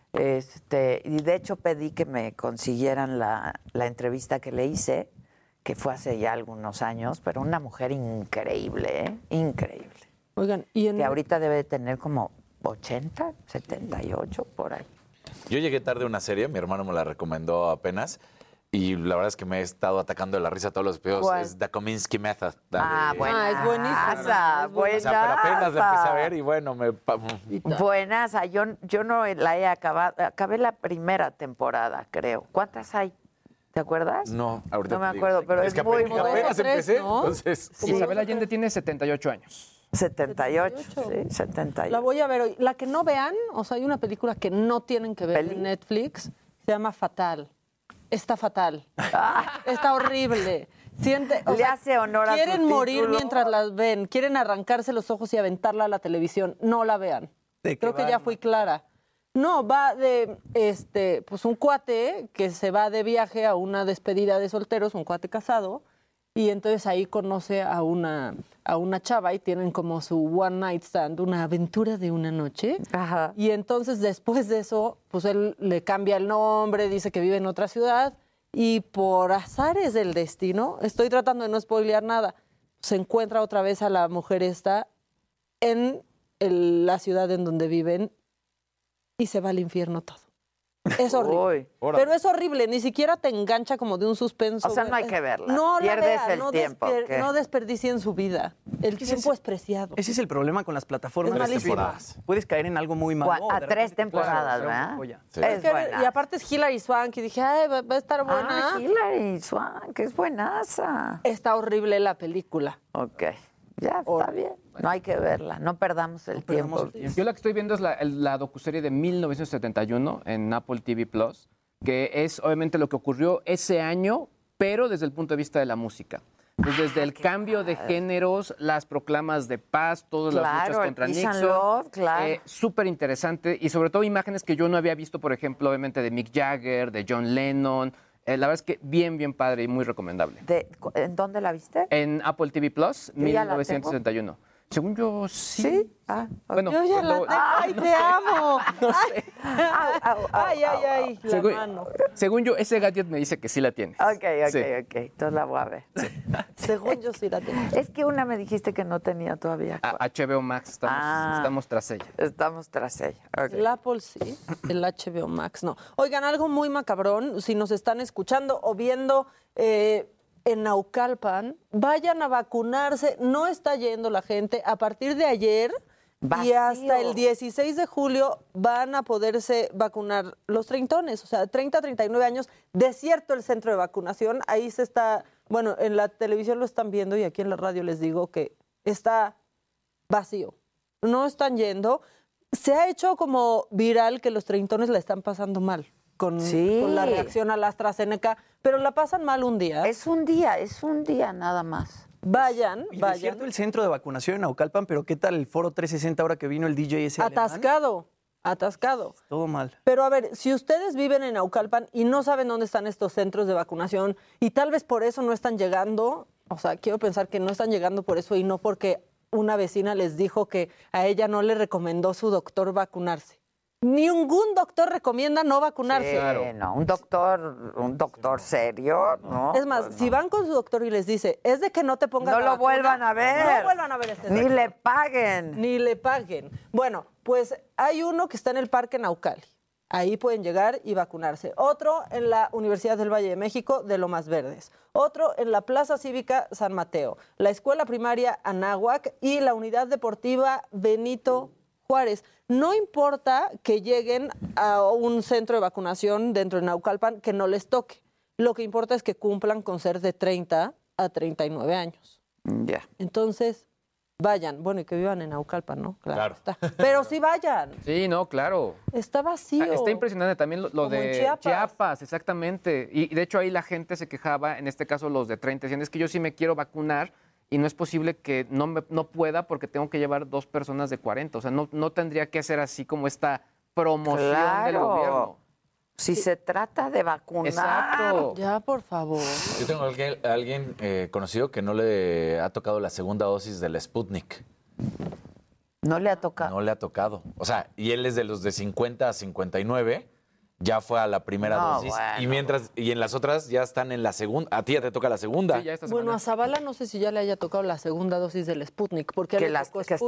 Y de hecho pedí que me consiguieran la entrevista que le hice, que fue hace ya algunos años, pero una mujer increíble, ¿eh? Increíble. Oigan, que ahorita debe de tener como 80, 78, por ahí. Yo llegué tarde a una serie, mi hermano me la recomendó apenas, y la verdad es que me he estado atacando de la risa todos los episodios. Es The Kominsky Method. Es buenísima. O sea, pero apenas la empecé a ver y bueno, Buenaza. Yo no la he acabado. Acabé la primera temporada, creo. ¿Cuántas hay? ¿Te acuerdas? No, ahorita no me acuerdo, pero es muy buena. Apenas empecé, ¿no? entonces... Sí. Isabel Allende tiene 78 años. 78, sí, 78. La voy a ver hoy. La que no vean, o sea, hay una película que no tienen que ver en Netflix, se llama Fatal. Está fatal. Está horrible. Le hace honor a su quieren morir título. mientras las ven, quieren arrancarse los ojos y aventarla a la televisión. No la vean. Creo que ya fui clara. No, va de pues un cuate que se va de viaje a una despedida de solteros, un cuate casado, y entonces ahí conoce a una chava y tienen como su one night stand, una aventura de una noche. Ajá. Y entonces después de eso, pues él le cambia el nombre, dice que vive en otra ciudad y por azares del destino, estoy tratando de no spoilear nada, se encuentra otra vez a la mujer esta en la ciudad en donde viven y se va al infierno todo. Es horrible. Pero es horrible, ni siquiera te engancha como de un suspenso. O sea, no hay que verla. No pierdes la vean, el tiempo. no desperdicien su vida. El tiempo es preciado. Ese es el problema con las plataformas. Es malísimo. Puedes caer en algo muy malo. A 3 temporadas, ¿verdad? Sí. Es buena. Y aparte es Hilary Swank y dije, ay, va a estar buena. Hilary Swank, es buenaza. Está horrible la película. Ok. Ya, está bien. No hay que verla, no perdamos el tiempo. Yo la que estoy viendo es la docuserie de 1971 en Apple TV+, que es obviamente lo que ocurrió ese año, pero desde el punto de vista de la música. Pues desde el cambio de géneros, las proclamas de paz, todas las luchas contra Nixon. Súper interesante y sobre todo imágenes que yo no había visto, por ejemplo, obviamente de Mick Jagger, de John Lennon. La verdad es que bien padre y muy recomendable. ¿En dónde la viste? En Apple TV+, 1971. Según yo, sí. ¿Sí? Ah, bueno, yo ya la tengo. ¡Ay, te amo! No sé. Ay, la mano. Según yo, ese gadget me dice que sí la tiene. Ok. Sí. Entonces la voy a ver. Según yo sí la tengo. Es que una me dijiste que no tenía todavía. HBO Max, estamos tras ella. Estamos tras ella. Okay. El Apple sí, el HBO Max no. Oigan, algo muy macabrón, si nos están escuchando o viendo en Naucalpan, vayan a vacunarse, no está yendo la gente. A partir de ayer y hasta el 16 de julio van a poderse vacunar los treintones, o sea, 30 a 39 años, desierto el centro de vacunación, ahí se está, bueno, en la televisión lo están viendo y aquí en la radio les digo que está vacío, no están yendo. Se ha hecho como viral que los treintones la están pasando mal con la reacción a la AstraZeneca, pero la pasan mal un día. Es un día nada más. Vayan. Es cierto el centro de vacunación en Naucalpan, pero ¿qué tal el Foro 360 ahora que vino el DJ ese atascado. Todo mal. Pero a ver, si ustedes viven en Naucalpan y no saben dónde están estos centros de vacunación y tal vez por eso no están llegando, o sea, quiero pensar que no están llegando por eso y no porque una vecina les dijo que a ella no le recomendó su doctor vacunarse. Ningún doctor recomienda no vacunarse. Sí, claro. No, un doctor serio, ¿no? Es más, si van con su doctor y les dice, es de que no te pongan no la lo vacuna, vuelvan a ver. No vuelvan a ver este Ni doctor. le paguen. Bueno, pues hay uno que está en el Parque Naucali. Ahí pueden llegar y vacunarse. Otro en la Universidad del Valle de México de Lomas Verdes. Otro en la Plaza Cívica San Mateo. La Escuela Primaria Anáhuac y la Unidad Deportiva Benito Juárez. No importa que lleguen a un centro de vacunación dentro de Naucalpan que no les toque. Lo que importa es que cumplan con ser de 30 a 39 años. Ya. Entonces, vayan. Bueno, y que vivan en Naucalpan, ¿no? Claro. Está. Pero sí vayan. Sí, no, claro. Está vacío. Está impresionante también lo de Chiapas, exactamente. Y de hecho ahí la gente se quejaba, en este caso los de 30, decían, es que yo sí me quiero vacunar y no es posible que no pueda porque tengo que llevar 2 personas de 40. O sea, no tendría que ser así como esta promoción del gobierno. Si se trata de vacunar. Exacto. Ya, por favor. Yo tengo a alguien conocido que no le ha tocado la segunda dosis del Sputnik. ¿No le ha tocado? No le ha tocado. O sea, y él es de los de 50 a 59, ya fue a la primera dosis. Bueno, y en las otras ya están en la segunda. A ti ya te toca la segunda. Sí, ya esta bueno, a Zavala no sé si ya le haya tocado la segunda dosis del Sputnik. Porque que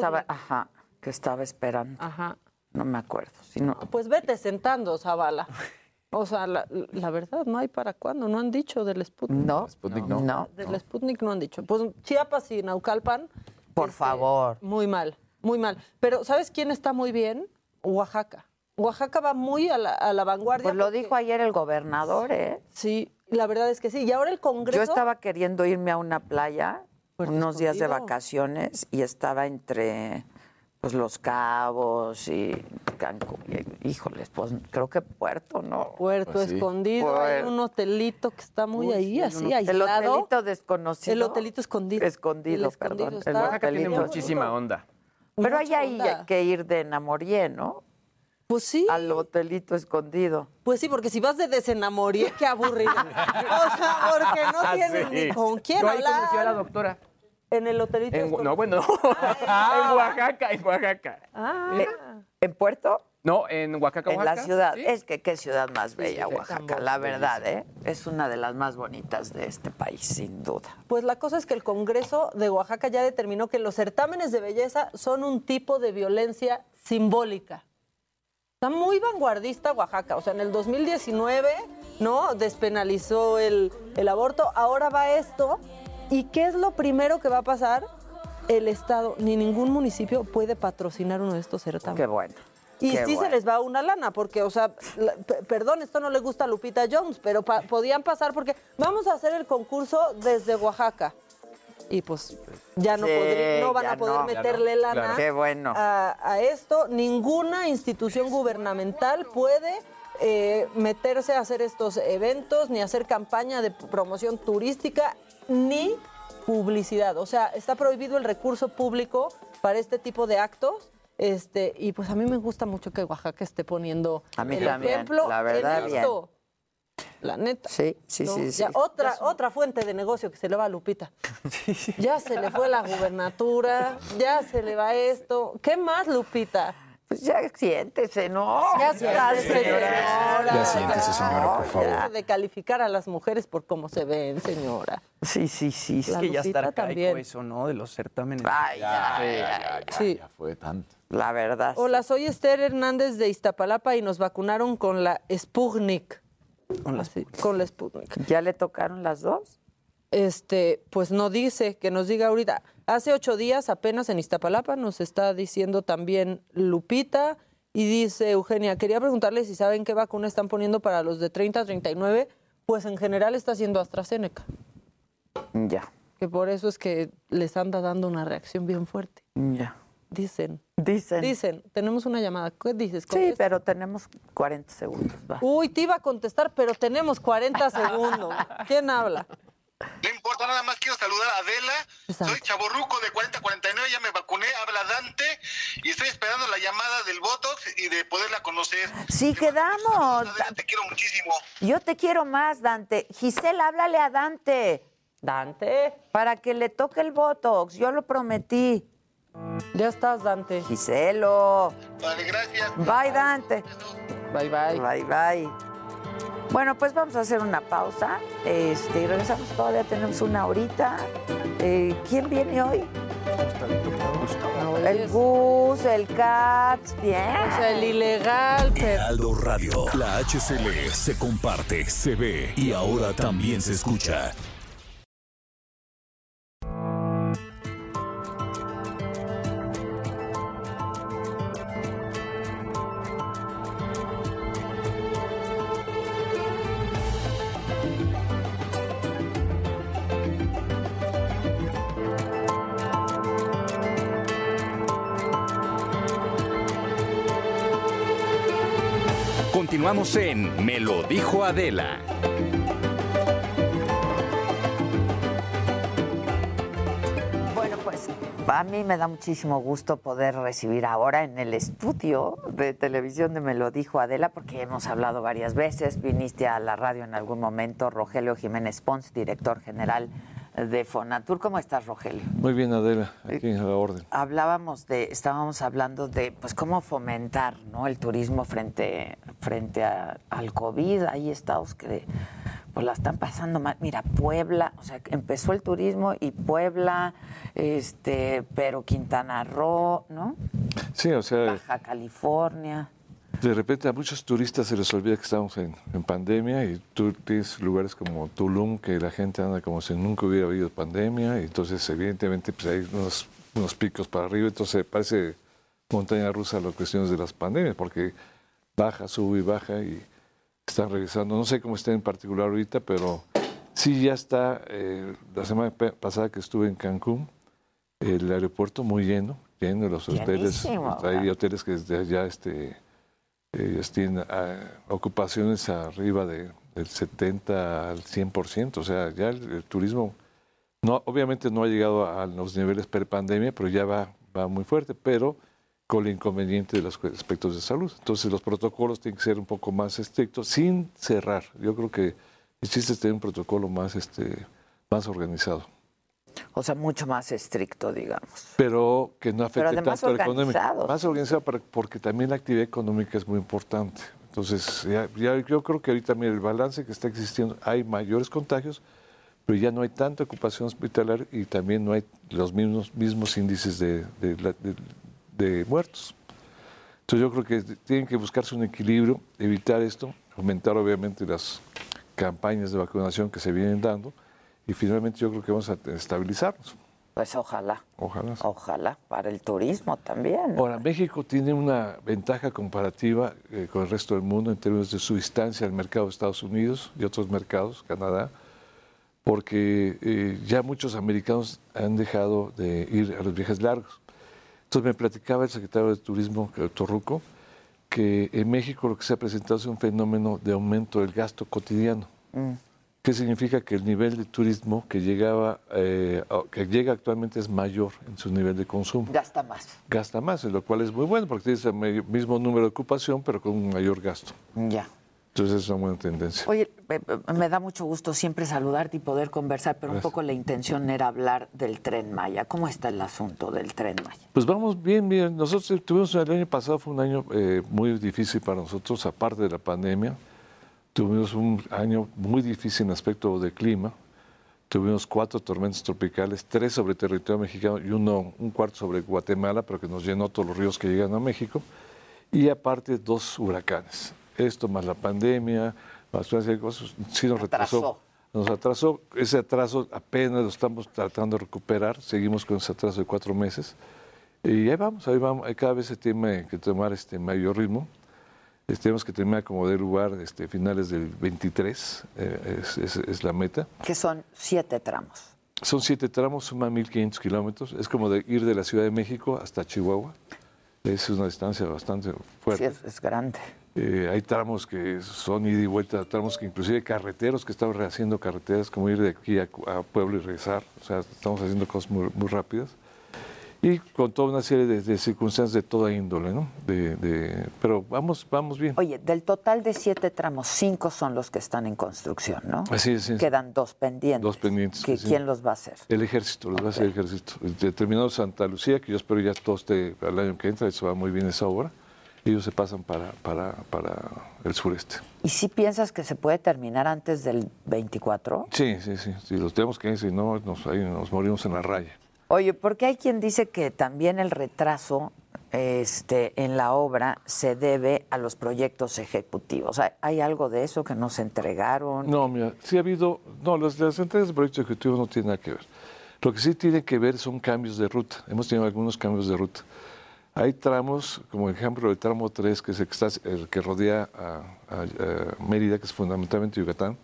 estaba esperando. Ajá. No me acuerdo. Si no... Pues vete sentando, Zavala. O sea, la verdad, no hay para cuándo. No han dicho del Sputnik. No. Sputnik no. Del Sputnik no han dicho. Pues Chiapas y Naucalpan. Por favor. Muy mal, muy mal. Pero ¿sabes quién está muy bien? Oaxaca. Oaxaca va muy a la vanguardia. Pues lo dijo ayer el gobernador, ¿eh? Sí, la verdad es que sí. Y ahora el Congreso... Yo estaba queriendo irme a una playa, unos días de vacaciones, y estaba entre pues Los Cabos y Cancún. Híjoles, pues creo que Puerto, ¿no? Puerto pues Escondido. Sí. Hay un hotelito que está muy ahí, así, aislado. El hotelito desconocido. El hotelito escondido. Escondido, perdón. El Oaxaca tiene muchísima onda. Pero hay ahí que ir de Enamorie, ¿no? Pues sí. Al hotelito escondido. Pues sí, porque si vas de Desenamorie, qué aburrido. O sea, porque no tienes ni con quién hablar. Yo ahí conocí a la doctora. En el hotelito escondido. No, bueno, en Oaxaca. ¿En Puerto? No, en Oaxaca, En la ciudad. ¿Sí? Es que qué ciudad más bella, Oaxaca. La verdad, ¿eh? Es una de las más bonitas de este país, sin duda. Pues la cosa es que el Congreso de Oaxaca ya determinó que los certámenes de belleza son un tipo de violencia simbólica. Está muy vanguardista Oaxaca. O sea, en el 2019, ¿no? Despenalizó el aborto. Ahora va esto. ¿Y qué es lo primero que va a pasar? El Estado, ni ningún municipio puede patrocinar uno de estos certámenes. Qué bueno. Y sí se les va una lana, porque, o sea, perdón, esto no le gusta a Lupita Jones, pero podían pasar porque vamos a hacer el concurso desde Oaxaca. Y pues ya no, no van a poder meterle lana Qué bueno. a esto. Ninguna institución gubernamental puede meterse a hacer estos eventos, ni hacer campaña de promoción turística, ni publicidad. O sea, está prohibido el recurso público para este tipo de actos. Y pues a mí me gusta mucho que Oaxaca esté poniendo a mí el también, ejemplo la verdad, en esto. la neta. Sí. Ya otra fuente de negocio que se le va a Lupita. Ya se le fue la gubernatura, ya se le va esto. ¿Qué más, Lupita? Pues ya siéntese, ¿no? Ya siéntese, señora. Ya siéntese, señora, por favor. Ya de calificar a las mujeres por cómo se ven, señora. Sí. Es que ya está arcaico eso, ¿no? De los certámenes. Ya fue tanto. La verdad. Hola, soy Esther Hernández de Iztapalapa y nos vacunaron con la Sputnik. Con la Sputnik. ¿Ya le tocaron las dos? Pues no dice, que nos diga ahorita. Hace 8 días apenas en Iztapalapa nos está diciendo también Lupita y dice Eugenia, quería preguntarle si saben qué vacuna están poniendo para los de 30 a 39, pues en general está haciendo AstraZeneca. Ya. Que por eso es que les anda dando una reacción bien fuerte. Ya. Dicen. Tenemos una llamada. ¿Qué dices? Sí, pero tenemos 40 segundos. Va. Uy, te iba a contestar, pero tenemos 40 segundos. ¿Quién habla? No importa, nada más quiero saludar a Adela. Exacto. Soy chavorruco de 40-49, ya me vacuné, habla Dante, y estoy esperando la llamada del Botox y de poderla conocer. Sí, quedamos. Adela, te quiero muchísimo. Yo te quiero más, Dante. Gisela, háblale a Dante. Dante. Para que le toque el Botox, yo lo prometí. Ya estás, Dante. Giselo. Vale, gracias. Bye, Dante. Bye. Bueno, pues vamos a hacer una pausa y regresamos, todavía tenemos una horita. ¿Quién viene hoy? El Gus, el Katz, bien. O sea, el ilegal. Heraldo Radio, la HCL se comparte, se ve y ahora también se escucha. Continuamos en Me lo dijo Adela. Bueno, pues a mí me da muchísimo gusto poder recibir ahora en el estudio de televisión de Me lo dijo Adela, porque hemos hablado varias veces. Viniste a la radio en algún momento, Rogelio Jiménez Pons, director general de Fonatur. ¿Cómo estás, Rogelio? Muy bien, Adela, aquí a la orden. Estábamos hablando de pues cómo fomentar, ¿no?, el turismo frente al COVID. Hay estados que pues la están pasando mal. Mira, Puebla, o sea, empezó el turismo y Puebla, pero Quintana Roo, ¿no? Sí, o sea, Baja California. De repente a muchos turistas se les olvida que estamos en pandemia y tú tienes lugares como Tulum que la gente anda como si nunca hubiera habido pandemia y entonces evidentemente pues hay unos picos para arriba, entonces parece montaña rusa las cuestiones de las pandemias porque baja, sube y baja y están regresando. No sé cómo está en particular ahorita, pero sí ya está, la semana pasada que estuve en Cancún, el aeropuerto muy lleno de los hoteles. Hay hoteles que desde allá ellos tienen ocupaciones arriba del 70 al 100%, o sea, ya el turismo obviamente no ha llegado a los niveles pre-pandemia, pero ya va muy fuerte, pero con el inconveniente de los aspectos de salud. Entonces los protocolos tienen que ser un poco más estrictos, sin cerrar. Yo creo que el chiste es tener un protocolo más organizado. O sea, mucho más estricto, digamos. Pero que no afecte tanto a la economía. Más organizado porque también la actividad económica es muy importante. Entonces, yo creo que ahorita, mira, el balance que está existiendo, hay mayores contagios, pero ya no hay tanta ocupación hospitalaria y también no hay los mismos índices de muertos. Entonces, yo creo que tienen que buscarse un equilibrio, evitar esto, aumentar obviamente las campañas de vacunación que se vienen dando, y finalmente yo creo que vamos a estabilizarnos. Pues ojalá. Ojalá. Ojalá, para el turismo también, ¿no? Ahora, México tiene una ventaja comparativa con el resto del mundo en términos de su distancia al mercado de Estados Unidos y otros mercados, Canadá, porque ya muchos americanos han dejado de ir a los viajes largos. Entonces me platicaba el secretario de Turismo, Torruco, que en México lo que se ha presentado es un fenómeno de aumento del gasto cotidiano. ¿Qué significa? Que el nivel de turismo que llega actualmente es mayor en su nivel de consumo. Gasta más. Gasta más, lo cual es muy bueno porque tienes el mismo número de ocupación, pero con un mayor gasto. Ya. Entonces es una buena tendencia. Oye, me da mucho gusto siempre saludarte y poder conversar, pero un poco la intención era hablar del Tren Maya. ¿Cómo está el asunto del Tren Maya? Pues vamos bien, bien. Nosotros tuvimos el año pasado, fue un año muy difícil para nosotros, aparte de la pandemia. Tuvimos un año muy difícil en aspecto de clima. Tuvimos 4 tormentas tropicales, 3 sobre territorio mexicano y un cuarto sobre Guatemala, pero que nos llenó todos los ríos que llegan a México. Y aparte 2 huracanes. Esto más la pandemia, más una serie de cosas, sí nos retrasó. Nos atrasó. Ese atraso apenas lo estamos tratando de recuperar. Seguimos con ese atraso de 4 meses. Y ahí vamos. Cada vez se tiene que tomar mayor ritmo. Tenemos que terminar como de lugar finales del 23, es la meta. Que son 7 tramos. Son 7 tramos, suman 1.500 kilómetros. Es como de ir de la Ciudad de México hasta Chihuahua. Es una distancia bastante fuerte. Sí, es grande. Hay tramos que son ida y vuelta, tramos que inclusive carreteros que estamos rehaciendo carreteras, como ir de aquí a Puebla y regresar. O sea, estamos haciendo cosas muy, muy rápidas. Y con toda una serie de circunstancias de toda índole, ¿no? Pero vamos bien. Oye, del total de 7 tramos, 5 son los que están en construcción, ¿no? Así es. Quedan 2 pendientes. 2 pendientes. ¿Quién los va a hacer? El ejército, los va a hacer el ejército. Terminado Santa Lucía, que yo espero ya todo esté al año que entra, eso va muy bien esa obra. Ellos se pasan para el sureste. ¿Y si piensas que se puede terminar antes del 24? Sí, los tenemos que ir, si no, nos morimos en la raya. Oye, porque hay quien dice que también el retraso en la obra se debe a los proyectos ejecutivos. ¿Hay algo de eso que no se entregaron? No, mira, sí ha habido... No, las entregas de proyectos ejecutivos no tienen nada que ver. Lo que sí tiene que ver son cambios de ruta. Hemos tenido algunos cambios de ruta. Hay tramos, como ejemplo el tramo 3, que es el que rodea a Mérida, que es fundamentalmente Yucatán.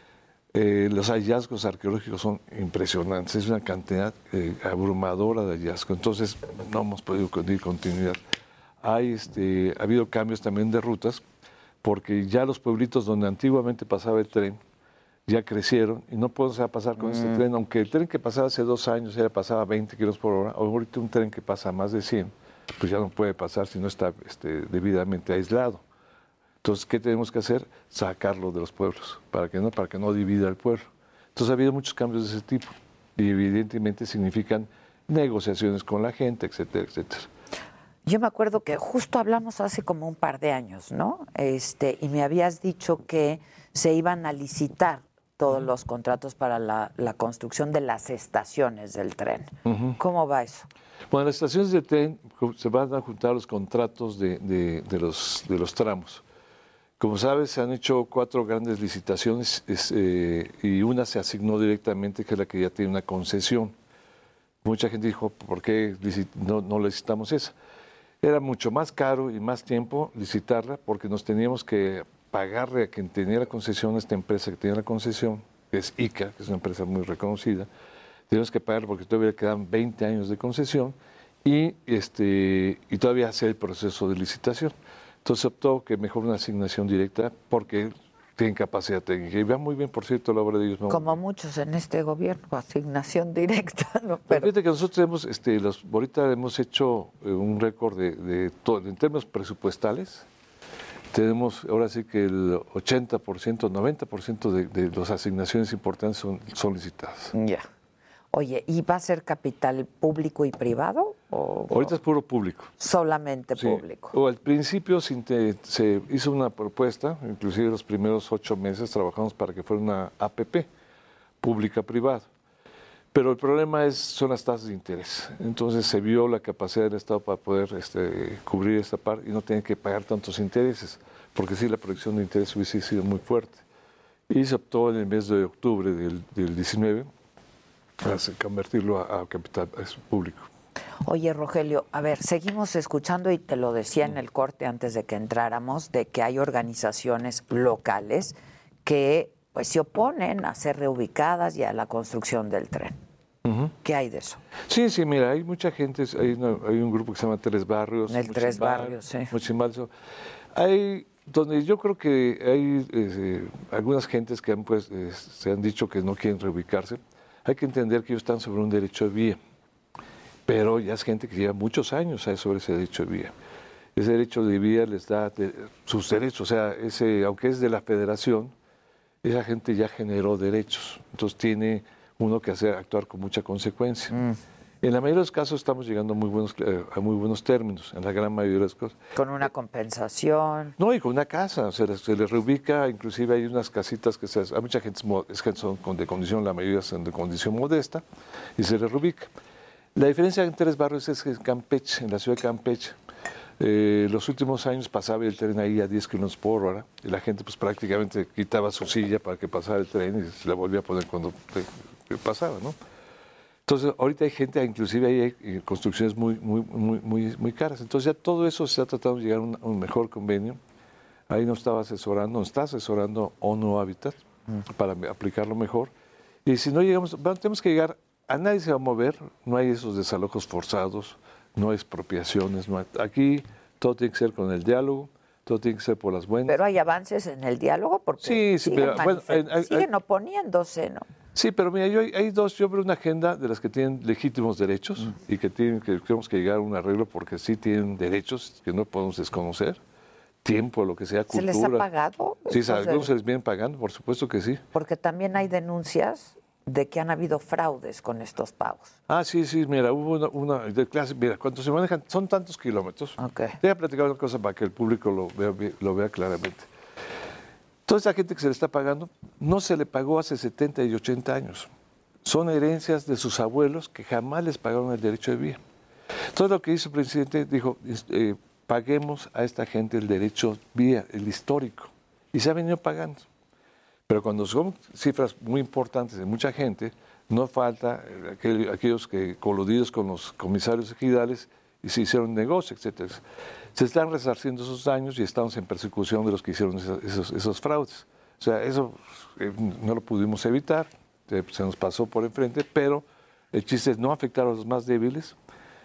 Los hallazgos arqueológicos son impresionantes, es una cantidad abrumadora de hallazgos, entonces no hemos podido dar continuidad. Ha habido cambios también de rutas, porque ya los pueblitos donde antiguamente pasaba el tren ya crecieron y no podemos pasar con este tren, aunque el tren que pasaba hace 2 años pasaba 20 kilómetros por hora, ahorita un tren que pasa a más de 100, pues ya no puede pasar si no está debidamente aislado. Entonces, ¿qué tenemos que hacer? Sacarlo de los pueblos, para que no divida el pueblo. Entonces, ha habido muchos cambios de ese tipo y evidentemente significan negociaciones con la gente, etcétera, etcétera. Yo me acuerdo que justo hablamos hace como un par de años, ¿no? Y me habías dicho que se iban a licitar todos los contratos para la construcción de las estaciones del tren. ¿Cómo va eso? Bueno, las estaciones de tren se van a juntar los contratos de los tramos. Como sabes, se han hecho 4 grandes licitaciones y una se asignó directamente, que es la que ya tiene una concesión. Mucha gente dijo, ¿por qué no licitamos esa? Era mucho más caro y más tiempo licitarla porque nos teníamos que pagarle a quien tenía la concesión, a esta empresa que tenía la concesión, que es ICA, que es una empresa muy reconocida. Teníamos que pagarle porque todavía quedan 20 años de concesión y todavía hacer el proceso de licitación. Entonces optó que mejor una asignación directa porque tienen capacidad técnica. Y va muy bien, por cierto, la obra de ellos. Como muchos en este gobierno, asignación directa. ¿No? Pero fíjate que nosotros ahorita hemos hecho un récord de todo. En términos presupuestales, tenemos ahora sí que el 80%, 90% de las asignaciones importantes son licitadas. Ya. Oye, ¿y va a ser capital público y privado? Ahorita es puro público. Solamente público. O al principio se hizo una propuesta, inclusive los primeros 8 meses trabajamos para que fuera una APP, pública-privada. Pero el problema son las tasas de interés. Entonces se vio la capacidad del Estado para poder cubrir esta parte y no tener que pagar tantos intereses, porque sí, la proyección de interés hubiese sido muy fuerte. Y se optó en el mes de octubre del 19 a convertirlo a capital público. Oye, Rogelio, a ver, seguimos escuchando y te lo decía en el corte antes de que entráramos, de que hay organizaciones locales que pues se oponen a ser reubicadas y a la construcción del tren. ¿Qué hay de eso? Sí, mira, hay mucha gente, hay un grupo que se llama Tres Barrios. El Tres Barrios, sí. Mochimbalzo. Donde yo creo que hay algunas gentes que se han dicho que no quieren reubicarse. Hay que entender que ellos están sobre un derecho de vía, pero ya es gente que lleva muchos años sobre ese derecho de vía. Ese derecho de vía les da sus derechos, o sea, aunque es de la federación, esa gente ya generó derechos, entonces tiene uno que actuar con mucha consecuencia. En la mayoría de los casos estamos llegando a muy buenos términos, en la gran mayoría de las cosas. Con una compensación. No, y con una casa, se les reubica, inclusive hay unas casitas que hay mucha gente que son de condición, la mayoría son de condición modesta, y se les reubica. La diferencia entre tres barrios es que en Campeche, en la ciudad de Campeche, los últimos años pasaba el tren ahí a 10 kilómetros por hora, y la gente pues prácticamente quitaba su silla para que pasara el tren y se la volvía a poner cuando pasaba, ¿no? Entonces, ahorita hay gente, inclusive hay construcciones muy caras. Entonces, ya todo eso se ha tratado de llegar a un mejor convenio. Ahí nos está asesorando ONU Habitat para aplicarlo mejor. Y si no llegamos, tenemos que llegar, a nadie se va a mover, no hay esos desalojos forzados, no hay expropiaciones. Aquí todo tiene que ser con el diálogo, todo tiene que ser por las buenas. Pero hay avances en el diálogo porque siguen oponiéndose, ¿no? Sí, pero mira, yo veo una agenda de las que tienen legítimos derechos y que tenemos que llegar a un arreglo porque sí tienen derechos que no podemos desconocer, tiempo, lo que sea, cultura. ¿Se les ha pagado? Sí, algunos se les vienen pagando, por supuesto que sí. Porque también hay denuncias de que han habido fraudes con estos pagos. Sí, mira, hubo una de clase, mira, cuando se manejan, son tantos kilómetros. Okay. Voy a platicar una cosa para que el público lo vea claramente. Toda esa gente que se le está pagando, no se le pagó hace 70 y 80 años. Son herencias de sus abuelos que jamás les pagaron el derecho de vía. Entonces lo que hizo el presidente, dijo, paguemos a esta gente el derecho vía, el histórico. Y se ha venido pagando. Pero cuando son cifras muy importantes de mucha gente, no falta aquellos que coludidos con los comisarios ejidales y se hicieron negocio, etcétera. Se están resarciendo esos daños y estamos en persecución de los que hicieron esos fraudes. O sea, eso no lo pudimos evitar, se nos pasó por enfrente, pero el chiste es no afectar a los más débiles,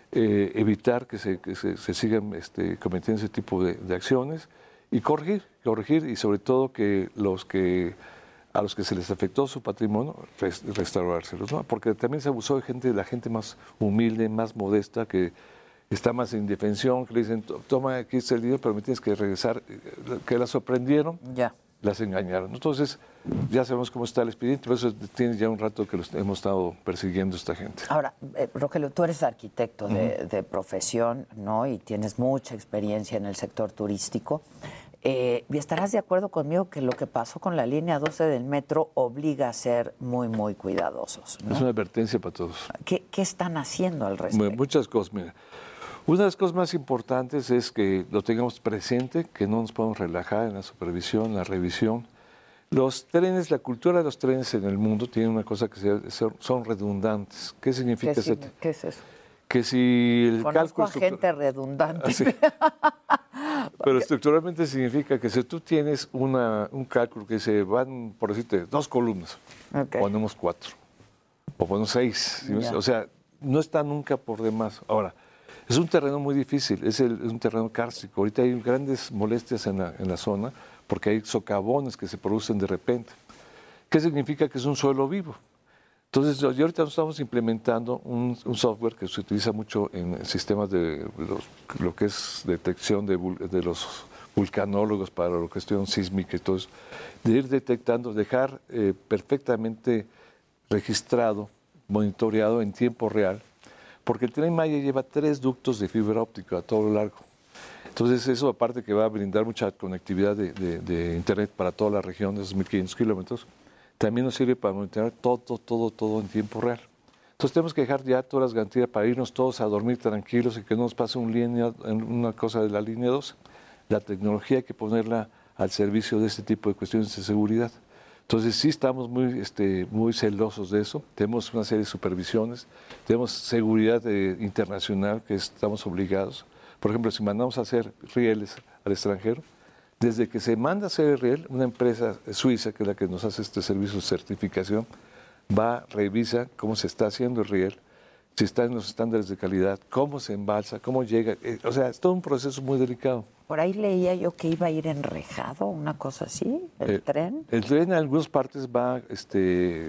evitar que se sigan cometiendo ese tipo de acciones y corregir y sobre todo que a los que se les afectó su patrimonio, restaurárselos, ¿no? Porque también se abusó de la gente más humilde, más modesta, que está más en indefensión, que le dicen, toma aquí el dinero, pero me tienes que regresar, que la sorprendieron, las engañaron. Entonces, ya sabemos cómo está el expediente, por eso tiene ya un rato que los hemos estado persiguiendo esta gente. Ahora, Rogelio, tú eres arquitecto de profesión, ¿no? Y tienes mucha experiencia en el sector turístico. Y estarás de acuerdo conmigo que lo que pasó con la línea 12 del metro obliga a ser muy cuidadosos, ¿no? Es una advertencia para todos. ¿Qué están haciendo al respecto? Muchas cosas, mira. Una de las cosas más importantes es que lo tengamos presente, que no nos podemos relajar en la supervisión, en la revisión. Los trenes, la cultura de los trenes en el mundo tiene una cosa que son redundantes. ¿Qué significa eso? ¿Qué es eso? Que si el Conozco a gente redundante. Sí. Pero estructuralmente significa que si tú tienes un cálculo que se van, por decirte, 2 columnas, ponemos 4 o ponemos 6. ¿Sí? O sea, no está nunca por demás. Ahora, es un terreno muy difícil, es un terreno kárstico. Ahorita hay grandes molestias en la zona porque hay socavones que se producen de repente. ¿Qué significa? Que es un suelo vivo. Entonces, ahorita estamos implementando un software que se utiliza mucho en sistemas de lo que es detección de los vulcanólogos para la cuestión sísmica y todo eso, de ir detectando, dejar perfectamente registrado, monitoreado en tiempo real, porque el Tren Maya lleva 3 ductos de fibra óptica a todo lo largo. Entonces, eso aparte que va a brindar mucha conectividad de Internet para toda la región de esos 1.500 kilómetros, también nos sirve para monitorear todo en tiempo real. Entonces tenemos que dejar ya todas las garantías para irnos todos a dormir tranquilos y que no nos pase una cosa de la línea 2. La tecnología hay que ponerla al servicio de este tipo de cuestiones de seguridad. Entonces sí estamos muy celosos de eso. Tenemos una serie de supervisiones, tenemos seguridad internacional que estamos obligados. Por ejemplo, si mandamos a hacer rieles al extranjero, desde que se manda a hacer el riel, una empresa suiza, que es la que nos hace este servicio de certificación, revisa cómo se está haciendo el riel, si está en los estándares de calidad, cómo se embalsa, cómo llega. O sea, es todo un proceso muy delicado. Por ahí leía yo que iba a ir enrejado, una cosa así, el tren. El tren en algunas partes va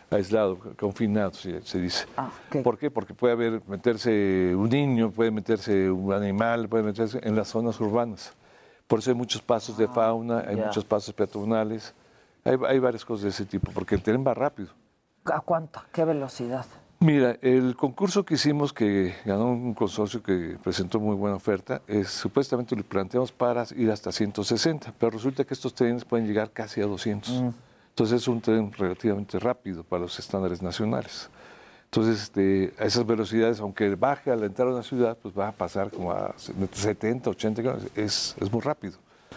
aislado, confinado, se dice. Okay. ¿Por qué? Porque puede meterse un niño, puede meterse un animal, puede meterse en las zonas urbanas. Por eso hay muchos pasos de fauna, hay muchos pasos peatonales, hay varias cosas de ese tipo, porque el tren va rápido. ¿A cuánto? ¿Qué velocidad? Mira, el concurso que hicimos, que ganó un consorcio que presentó muy buena oferta, supuestamente lo planteamos para ir hasta 160, pero resulta que estos trenes pueden llegar casi a 200. Entonces es un tren relativamente rápido para los estándares nacionales. Entonces, a esas velocidades, aunque baje al entrar a una ciudad, pues va a pasar como a 70, 80 kilómetros. Es muy rápido.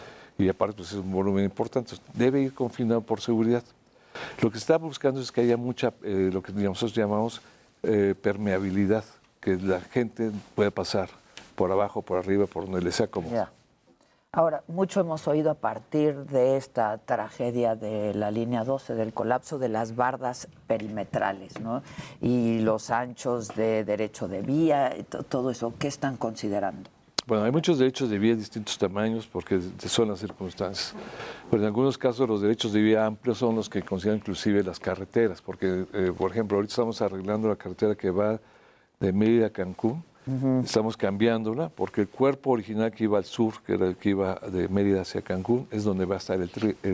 Y aparte, pues es un volumen importante. Debe ir confinado por seguridad. Lo que está buscando es que haya mucha, lo que nosotros llamamos permeabilidad, que la gente pueda pasar por abajo, por arriba, por donde le sea cómodo. Ahora, mucho hemos oído a partir de esta tragedia de la línea 12, del colapso de las bardas perimetrales, ¿no? Y los anchos de derecho de vía, y todo eso, ¿qué están considerando? Bueno, hay muchos derechos de vía de distintos tamaños porque son las circunstancias. Pero en algunos casos los derechos de vía amplios son los que consideran inclusive las carreteras, porque, por ejemplo, ahorita estamos arreglando la carretera que va de Mérida a Cancún. Estamos cambiándola porque el cuerpo original que iba al sur, que era el que iba de Mérida hacia Cancún, es donde va a estar el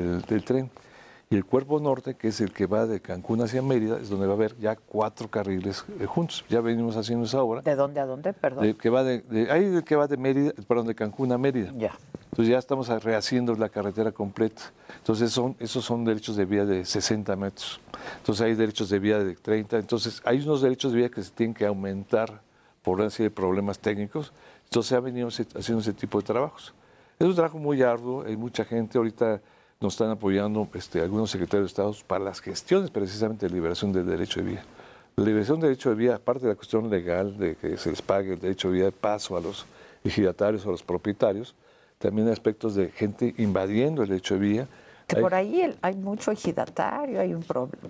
tren. Y el cuerpo norte, que es el que va de Cancún hacia Mérida, es donde va a haber ya 4 carriles juntos. Ya venimos haciendo esa obra. ¿De dónde a dónde? Perdón. Que va de Mérida, perdón, de Cancún a Mérida. Ya. Entonces ya estamos rehaciendo la carretera completa. Entonces esos son derechos de vía de 60 metros. Entonces hay derechos de vía de 30. Entonces hay unos derechos de vía que se tienen que aumentar por una serie de problemas técnicos. Entonces se ha venido haciendo ese tipo de trabajos. Es un trabajo muy arduo, hay mucha gente. Ahorita nos están apoyando algunos secretarios de Estado para las gestiones precisamente de liberación del derecho de vía. La liberación del derecho de vía, aparte de la cuestión legal de que se les pague el derecho de vía de paso a los ejidatarios o a los propietarios, también hay aspectos de gente invadiendo el derecho de vía. Que por ahí hay mucho ejidatario, hay un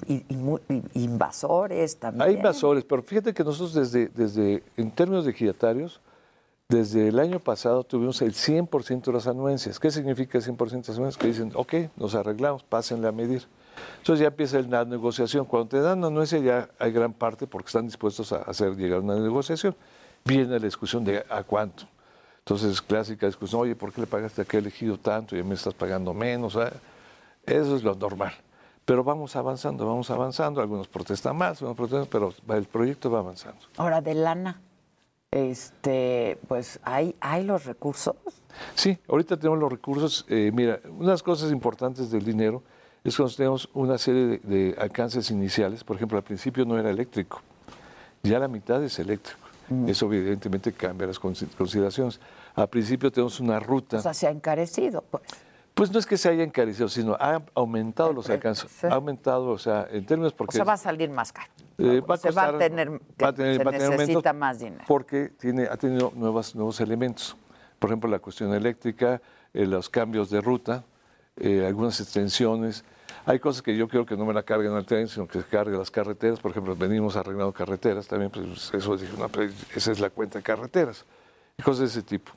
invasores también. Hay invasores, pero fíjate que nosotros en términos de ejidatarios, desde el año pasado tuvimos el 100% de las anuencias. ¿Qué significa el 100% de las anuencias? Que dicen, ok, nos arreglamos, pásenle a medir. Entonces ya empieza la negociación. Cuando te dan anuencia ya hay gran parte porque están dispuestos a hacer llegar una negociación. Viene la discusión de a cuánto. Entonces, clásica discusión, oye, ¿por qué le pagaste a aquel elegido tanto y a mí estás pagando menos? Eso es lo normal. Pero vamos avanzando. Algunos protestan más, algunos protestan, pero el proyecto va avanzando. Ahora, de lana, pues, ¿hay los recursos? Sí, ahorita tenemos los recursos. Mira, unas cosas importantes del dinero es que tenemos una serie de alcances iniciales. Por ejemplo, al principio no era eléctrico. Ya la mitad es eléctrico. Eso evidentemente cambia las consideraciones. Al principio tenemos una ruta. O sea, se ha encarecido, pues. Pues no es que se haya encarecido, sino ha aumentado los alcances. Sí. Ha aumentado, o sea, en términos porque... O sea, va a salir más caro. Va a tener necesita más dinero. Porque ha tenido nuevos elementos. Por ejemplo, la cuestión eléctrica, los cambios de ruta, algunas extensiones. Hay cosas que yo quiero que no me la carguen al tren, sino que se carguen las carreteras. Por ejemplo, venimos arreglando carreteras también, pues eso dije, no, pues esa es la cuenta de carreteras. Y cosas de ese tipo.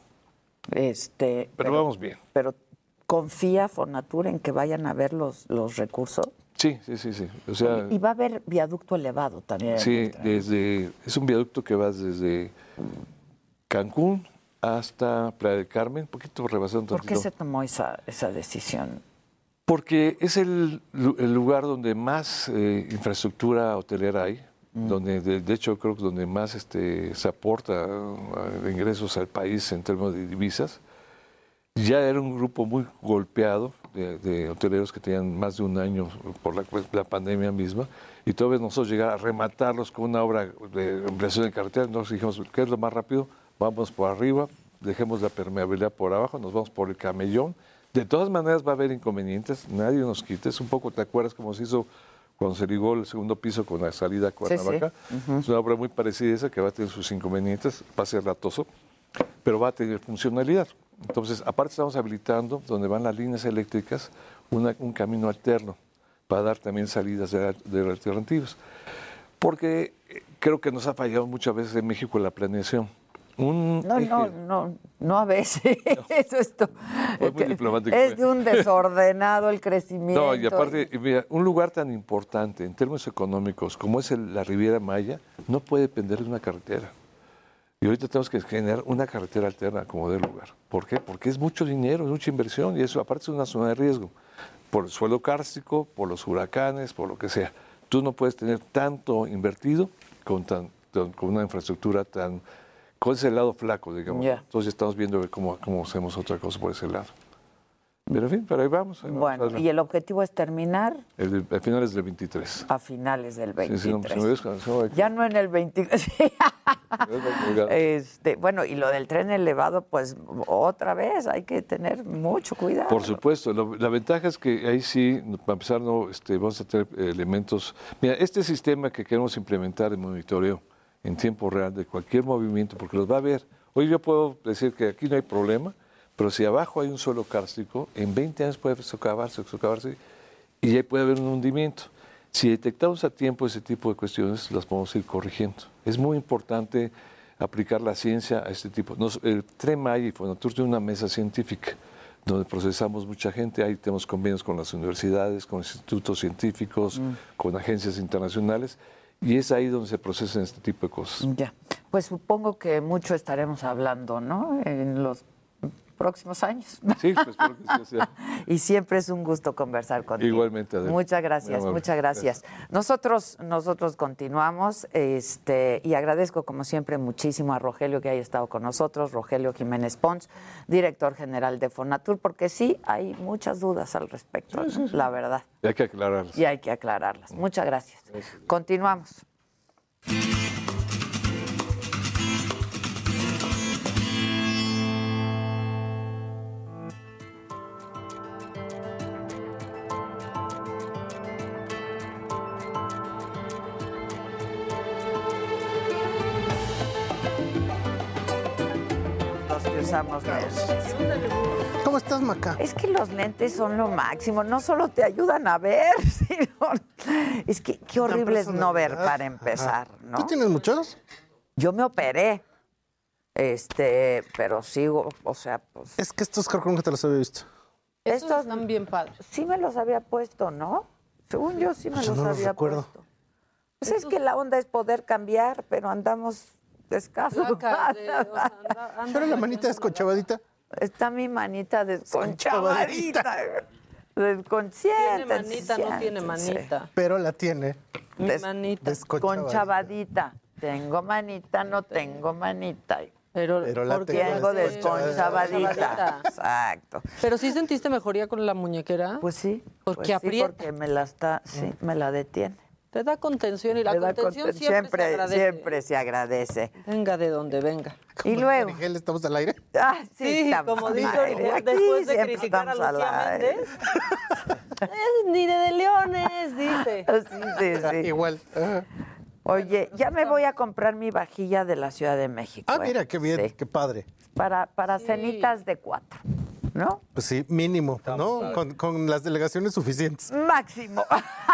Pero vamos bien. Pero ¿confía Fonatur en que vayan a ver los recursos? Sí. O sea, y va a haber viaducto elevado también. Sí, es un viaducto que va desde Cancún hasta Playa del Carmen, un poquito rebasando. ¿Por qué se tomó esa decisión? Porque es el lugar donde más infraestructura hotelera hay, donde de hecho creo que donde más se aporta ingresos al país en términos de divisas. Ya era un grupo muy golpeado de hoteleros que tenían más de un año por la pandemia misma, y todavía nosotros llegar a rematarlos con una obra de ampliación de carretera. Nos dijimos, ¿qué es lo más rápido? Vamos por arriba, dejemos la permeabilidad por abajo, nos vamos por el camellón. De todas maneras va a haber inconvenientes, nadie nos quita. Es un poco, ¿te acuerdas cómo se hizo cuando se ligó el segundo piso con la salida a Cuernavaca? Sí. Es una obra muy parecida a esa que va a tener sus inconvenientes, va a ser latoso, pero va a tener funcionalidad. Entonces, aparte estamos habilitando, donde van las líneas eléctricas, un camino alterno para dar también salidas de alternativas. Porque creo que nos ha fallado muchas veces en México la planeación. No a veces. Eso Fue muy diplomático. Es de un desordenado el crecimiento. No, y aparte, mira, un lugar tan importante en términos económicos como es la Riviera Maya, no puede depender de una carretera. Y ahorita tenemos que generar una carretera alterna como del lugar. ¿Por qué? Porque es mucho dinero, es mucha inversión y eso aparte es una zona de riesgo. Por el suelo kárstico, por los huracanes, por lo que sea. Tú no puedes tener tanto invertido con una infraestructura con ese lado flaco, digamos. Yeah. Entonces estamos viendo cómo hacemos otra cosa por ese lado. Pero en fin, pero ahí vamos. Bueno, ¿y el objetivo es terminar? A finales del 23. A finales del 23. Sí, no, pues, ya no en el 23. Bueno, y lo del tren elevado, pues otra vez hay que tener mucho cuidado. Por supuesto. La ventaja es que ahí sí, para empezar, vamos a tener elementos. Mira, este sistema que queremos implementar de monitoreo en tiempo real de cualquier movimiento, porque los va a ver. Hoy yo puedo decir que aquí no hay problema, pero si abajo hay un suelo kárstico, en 20 años puede socavarse y ahí puede haber un hundimiento. Si detectamos a tiempo ese tipo de cuestiones, las podemos ir corrigiendo. Es muy importante aplicar la ciencia a este tipo. El Tren Maya y Fonatur tiene una mesa científica donde procesamos mucha gente. Ahí tenemos convenios con las universidades, con institutos científicos, con agencias internacionales. Y es ahí donde se procesan este tipo de cosas. Ya, pues supongo que mucho estaremos hablando, ¿no? En los próximos años. Sí, pues espero que sí sea. Y siempre es un gusto conversar contigo. Igualmente, Adela. Muchas gracias, muchas gracias. Nosotros continuamos y agradezco como siempre muchísimo a Rogelio que haya estado con nosotros, Rogelio Jiménez Pons, director general de Fonatur, porque sí hay muchas dudas al respecto, sí. La verdad. Y hay que aclararlas. Muchas gracias. Continuamos. Usamos lentes. ¿Cómo estás, Maca? Es que los lentes son lo máximo. No solo te ayudan a ver, sino... Es que qué horrible es no ver para empezar, ¿no? ¿Tú tienes muchos? Yo me operé, pero sigo, o sea, pues... Es que estos creo que nunca te los había visto. Estos están bien padres. Sí me los había puesto, ¿no? Según yo sí me los había puesto. Pues es que la onda es poder cambiar, pero andamos... escaso. ¿Pero la manita desconchavadita? Está mi manita desconchavadita. Tiene manita, no tiene manita. Pero la tiene. Mi manita. Desconchavadita. Tengo manita, no tengo manita. Pero la tengo desconchavadita. Exacto. ¿Pero sí sentiste mejoría con la muñequera? Pues sí. Porque aprieta. Porque me la detiene. Te da contención y la contención siempre se agradece. Venga de donde venga. Y luego. Miguel, ¿estamos al aire? Sí, como dijo después de criticar a Lucía Méndez. Ni de Leones, dice. Sí. Igual. Oye, ya me voy a comprar mi vajilla de la Ciudad de México. Mira, qué bien, qué padre. Para cenitas de 4. ¿No? Pues sí, mínimo, ¿no? Con las delegaciones suficientes. Máximo.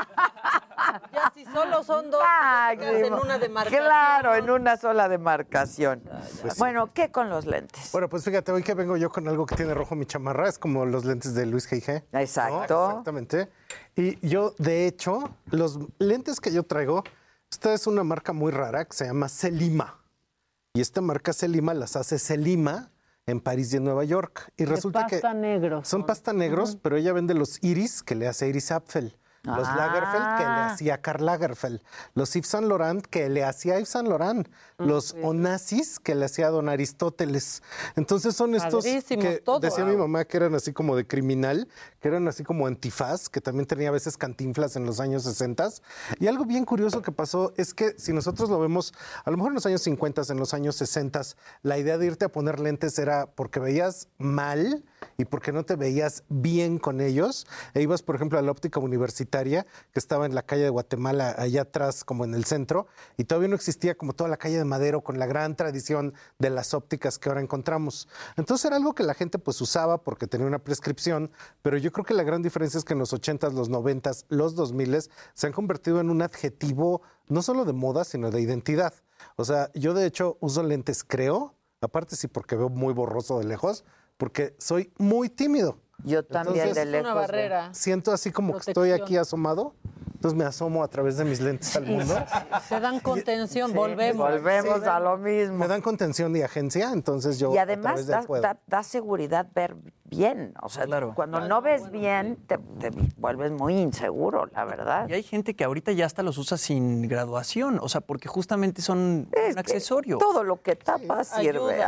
Ya si solo son 2, en una demarcación. Claro, en una sola demarcación. Pues bueno, sí. ¿Qué con los lentes? Bueno, pues fíjate, hoy que vengo yo con algo que tiene rojo mi chamarra, es como los lentes de Luis G.I.G. Exacto. ¿No? Exactamente. Y yo, de hecho, los lentes que yo traigo, esta es una marca muy rara que se llama Selima. Y esta marca Selima las hace Selima en París y en Nueva York. Y resulta que son pasta negros, pero ella vende los Iris que le hace Iris Apfel. Los Lagerfeld que le hacía Karl Lagerfeld, los Yves Saint Laurent que le hacía Yves Saint Laurent, los Onassis que le hacía Don Aristóteles. Entonces son estos que decía mi mamá que eran así como de criminal, que eran así como antifaz, que también tenía a veces Cantinflas en los años 60. Y algo bien curioso que pasó es que si nosotros lo vemos, a lo mejor en los años 50, en los años 60, la idea de irte a poner lentes era porque veías mal y porque no te veías bien con ellos. E ibas, por ejemplo, a la óptica universitaria, que estaba en la calle de Guatemala, allá atrás, como en el centro, y todavía no existía como toda la calle de Madero, con la gran tradición de las ópticas que ahora encontramos. Entonces era algo que la gente pues usaba porque tenía una prescripción, pero yo creo que la gran diferencia es que en los 80s, los 90s, los 2000s se han convertido en un adjetivo no solo de moda, sino de identidad. O sea, yo de hecho uso lentes, creo, Aparte sí, porque veo muy borroso de lejos, porque soy muy tímido. Yo también. Entonces, de lejos. Una barrera. Siento así como que estoy aquí asomado, entonces me asomo a través de mis lentes al mundo. Se dan contención, Sí, volvemos a lo mismo. Me dan contención y agencia, entonces yo Y a además través de puedo. da seguridad ver bien. O sea, cuando no ves bien, te vuelves muy inseguro, la verdad. Y hay gente que ahorita ya hasta los usa sin graduación, o sea, porque justamente son un accesorio. Todo lo que tapa sirve.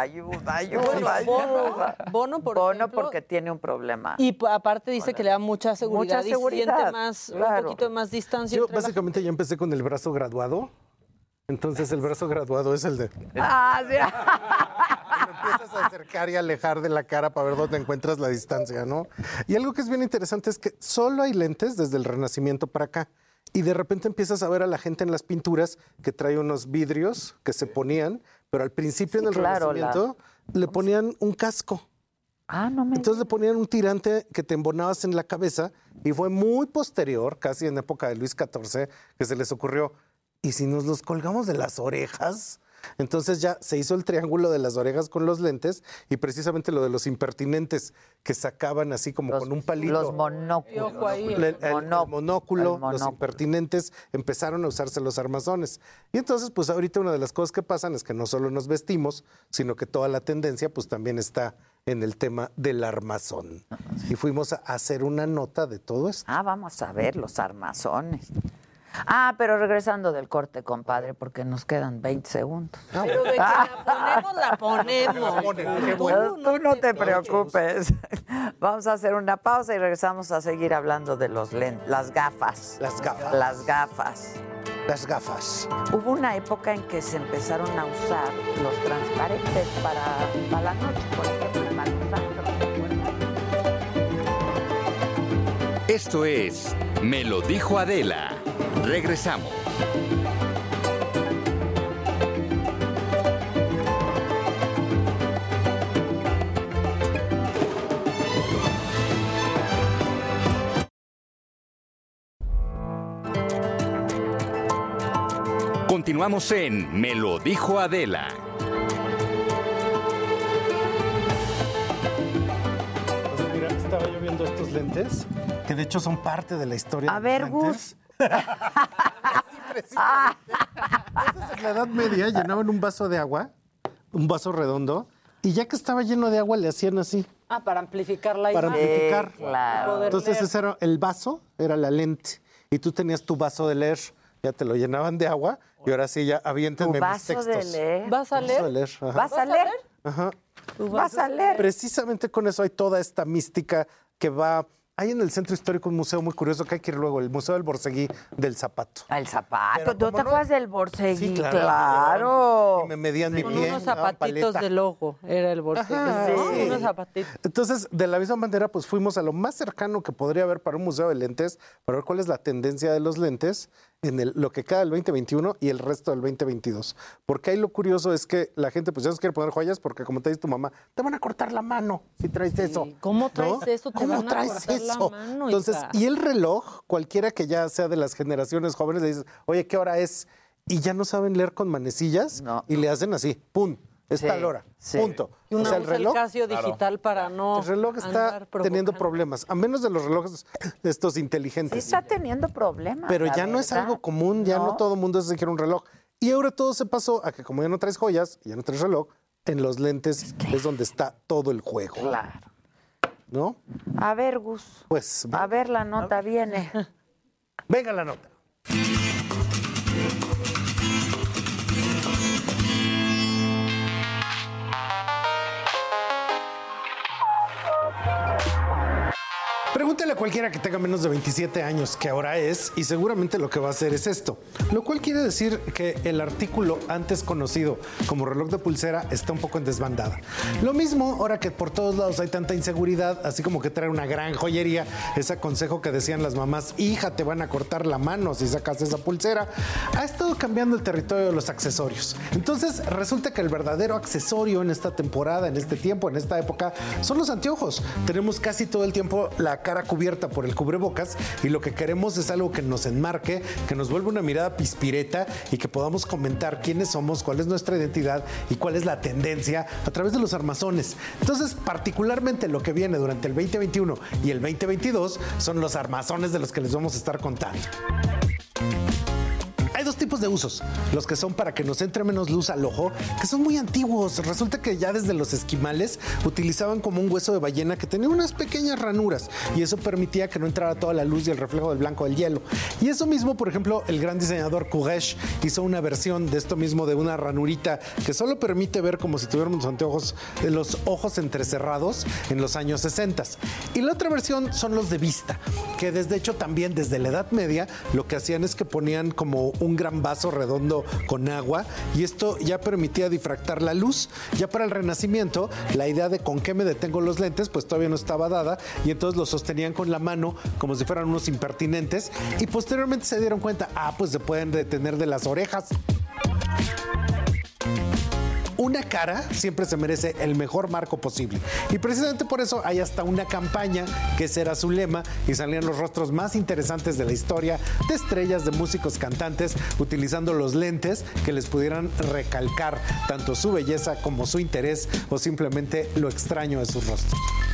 Ayuda. Bono, por Bono ejemplo, porque tiene un problema. Y aparte dice que le da mucha seguridad, y siente más, claro. un poquito más distancia. Yo entre la básicamente ya empecé con el brazo graduado. Entonces el brazo graduado es el de... Sí. Empiezas a acercar y alejar de la cara para ver dónde encuentras la distancia, ¿no? Y algo que es bien interesante es que solo hay lentes desde el Renacimiento para acá. Y de repente empiezas a ver a la gente en las pinturas que trae unos vidrios que se ponían, pero al principio en el Renacimiento le ponían un casco. Entonces le ponían un tirante que te embonabas en la cabeza y fue muy posterior, casi en época de Luis XIV, que se les ocurrió, ¿y si nos los colgamos de las orejas? Entonces ya se hizo el triángulo de las orejas con los lentes y precisamente lo de los impertinentes que sacaban así como con un palito. Los monóculos. El monóculo, los impertinentes, empezaron a usarse los armazones. Y entonces, pues ahorita una de las cosas que pasan es que no solo nos vestimos, sino que toda la tendencia pues también está en el tema del armazón. Y fuimos a hacer una nota de todo esto. Vamos a ver los armazones. Pero regresando del corte, compadre, porque nos quedan 20 segundos. Pero de que la ponemos. Tú no te preocupes. Vamos a hacer una pausa y regresamos a seguir hablando de los lentes, las gafas. Las gafas. Las gafas. Las gafas. Hubo una época en que se empezaron a usar los transparentes para la noche, por ejemplo, para los antros. Esto es Me lo dijo Adela. Regresamos. Continuamos en Me lo dijo Adela. Pues mira, estaba yo viendo estos lentes, que de hecho son parte de la historia de los ver, lentes. Gus. Entonces, en la Edad Media llenaban un vaso de agua, un vaso redondo, y ya que estaba lleno de agua le hacían así. Para amplificar la Para imagen. amplificar. Claro. Entonces ese era el vaso, era la lente, y tú tenías tu vaso de leer, ya te lo llenaban de agua, y ahora sí ya aviéntenme mis vaso textos. de leer. ¿Vas a leer? Ajá. ¿Vas a leer? Ajá. ¿Vas a leer? Precisamente con eso hay toda esta mística que va... Hay en el centro histórico un museo muy curioso que hay que ir luego, el Museo del Borseguí del Zapato. El zapato. Pero ¿Tú te acuerdas del Borseguí? Sí, claro. Y me medían mi Con pie. unos zapatitos de logo, era el bolsillo. Ajá, ¿No? sí. Unos zapatitos. Entonces, de la misma manera, pues fuimos a lo más cercano que podría haber para un museo de lentes, para ver cuál es la tendencia de los lentes en lo que queda del 2021 y el resto del 2022. Porque ahí lo curioso es que la gente pues ya no quiere poner joyas porque, como te dice tu mamá, te van a cortar la mano si traes eso. ¿Cómo traes eso? Te ¿Cómo van a traes cortar eso? la mano, Entonces, hija. y el reloj, cualquiera que ya sea de las generaciones jóvenes, le dices, oye, ¿qué hora es? Y ya no saben leer con manecillas y le hacen así, ¡pum! Es tal hora, punto. Y uno O sea, usa el Casio digital para no el reloj está andar teniendo provocando. problemas, a menos de los relojes estos inteligentes. Sí está teniendo problemas. Pero la ya no es verdad. algo común, ya no todo el mundo se quiere un reloj. Y ahora todo se pasó a que como ya no traes joyas, ya no traes reloj, en los lentes es donde está todo el juego. Claro. ¿No? A ver, Gus. Pues. A ver, la nota viene. Venga la nota. Pregúntale a cualquiera que tenga menos de 27 años qué hora es y seguramente lo que va a hacer es esto. Lo cual quiere decir que el artículo antes conocido como reloj de pulsera está un poco en desbandada. Lo mismo ahora que por todos lados hay tanta inseguridad, así como que traer una gran joyería, ese consejo que decían las mamás, hija, te van a cortar la mano si sacas esa pulsera, ha estado cambiando el territorio de los accesorios. Entonces resulta que el verdadero accesorio en esta temporada, en este tiempo, en esta época, son los anteojos. Tenemos casi todo el tiempo la cara cubierta por el cubrebocas y lo que queremos es algo que nos enmarque, que nos vuelva una mirada pispireta y que podamos comentar quiénes somos, cuál es nuestra identidad y cuál es la tendencia a través de los armazones. Entonces, particularmente lo que viene durante el 2021 y el 2022 son los armazones de los que les vamos a estar contando. Hay dos tipos de usos, los que son para que nos entre menos luz al ojo, que son muy antiguos. Resulta que ya desde los esquimales utilizaban como un hueso de ballena que tenía unas pequeñas ranuras y eso permitía que no entrara toda la luz y el reflejo del blanco del hielo. Y eso mismo, por ejemplo, el gran diseñador Courrèges hizo una versión de esto mismo, de una ranurita que solo permite ver como si tuviéramos anteojos, los ojos entrecerrados en los años 60. Y la otra versión son los de vista, que desde hecho también desde la Edad Media lo que hacían es que ponían como un gran vaso redondo con agua y esto ya permitía difractar la luz. Ya para el Renacimiento, la idea de con qué me detengo los lentes pues todavía no estaba dada y entonces los sostenían con la mano como si fueran unos impertinentes y posteriormente se dieron cuenta, pues se pueden detener de las orejas. Una cara siempre se merece el mejor marco posible y precisamente por eso hay hasta una campaña que ese era su lema y salían los rostros más interesantes de la historia de estrellas, de músicos, cantantes utilizando los lentes que les pudieran recalcar tanto su belleza como su interés o simplemente lo extraño de sus rostros.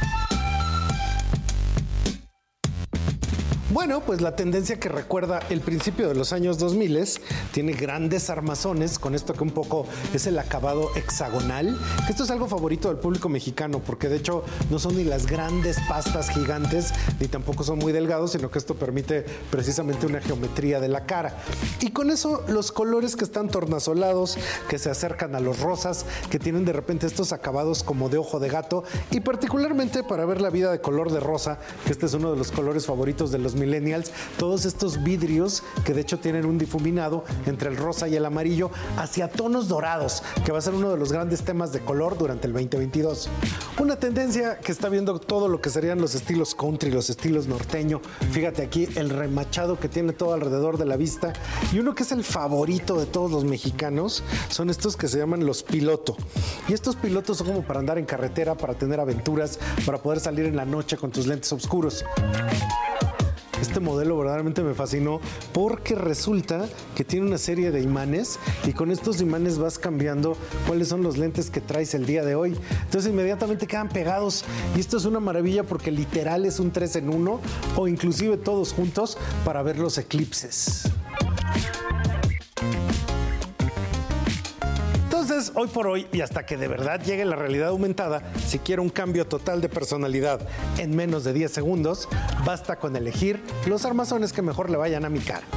Bueno, pues la tendencia que recuerda el principio de los años 2000 tiene grandes armazones, con esto que un poco es el acabado hexagonal. Esto es algo favorito del público mexicano, porque de hecho no son ni las grandes pastas gigantes, ni tampoco son muy delgados, sino que esto permite precisamente una geometría de la cara. Y con eso los colores que están tornasolados, que se acercan a los rosas, que tienen de repente estos acabados como de ojo de gato, y particularmente para ver la vida de color de rosa, que este es uno de los colores favoritos de los millennials, todos estos vidrios que de hecho tienen un difuminado entre el rosa y el amarillo hacia tonos dorados, que va a ser uno de los grandes temas de color durante el 2022. Una tendencia que está viendo todo lo que serían los estilos country, los estilos norteño. Fíjate aquí el remachado que tiene todo alrededor de la vista, y uno que es el favorito de todos los mexicanos son estos que se llaman los piloto. Y estos pilotos son como para andar en carretera, para tener aventuras, para poder salir en la noche con tus lentes oscuros. Este modelo verdaderamente me fascinó porque resulta que tiene una serie de imanes y con estos imanes vas cambiando cuáles son los lentes que traes el día de hoy. Entonces inmediatamente quedan pegados y esto es una maravilla porque literal es un 3 en 1 o inclusive todos juntos para ver los eclipses. Entonces, hoy por hoy, y hasta que de verdad llegue la realidad aumentada, si quiero un cambio total de personalidad en menos de 10 segundos, basta con elegir los armazones que mejor le vayan a mi cara.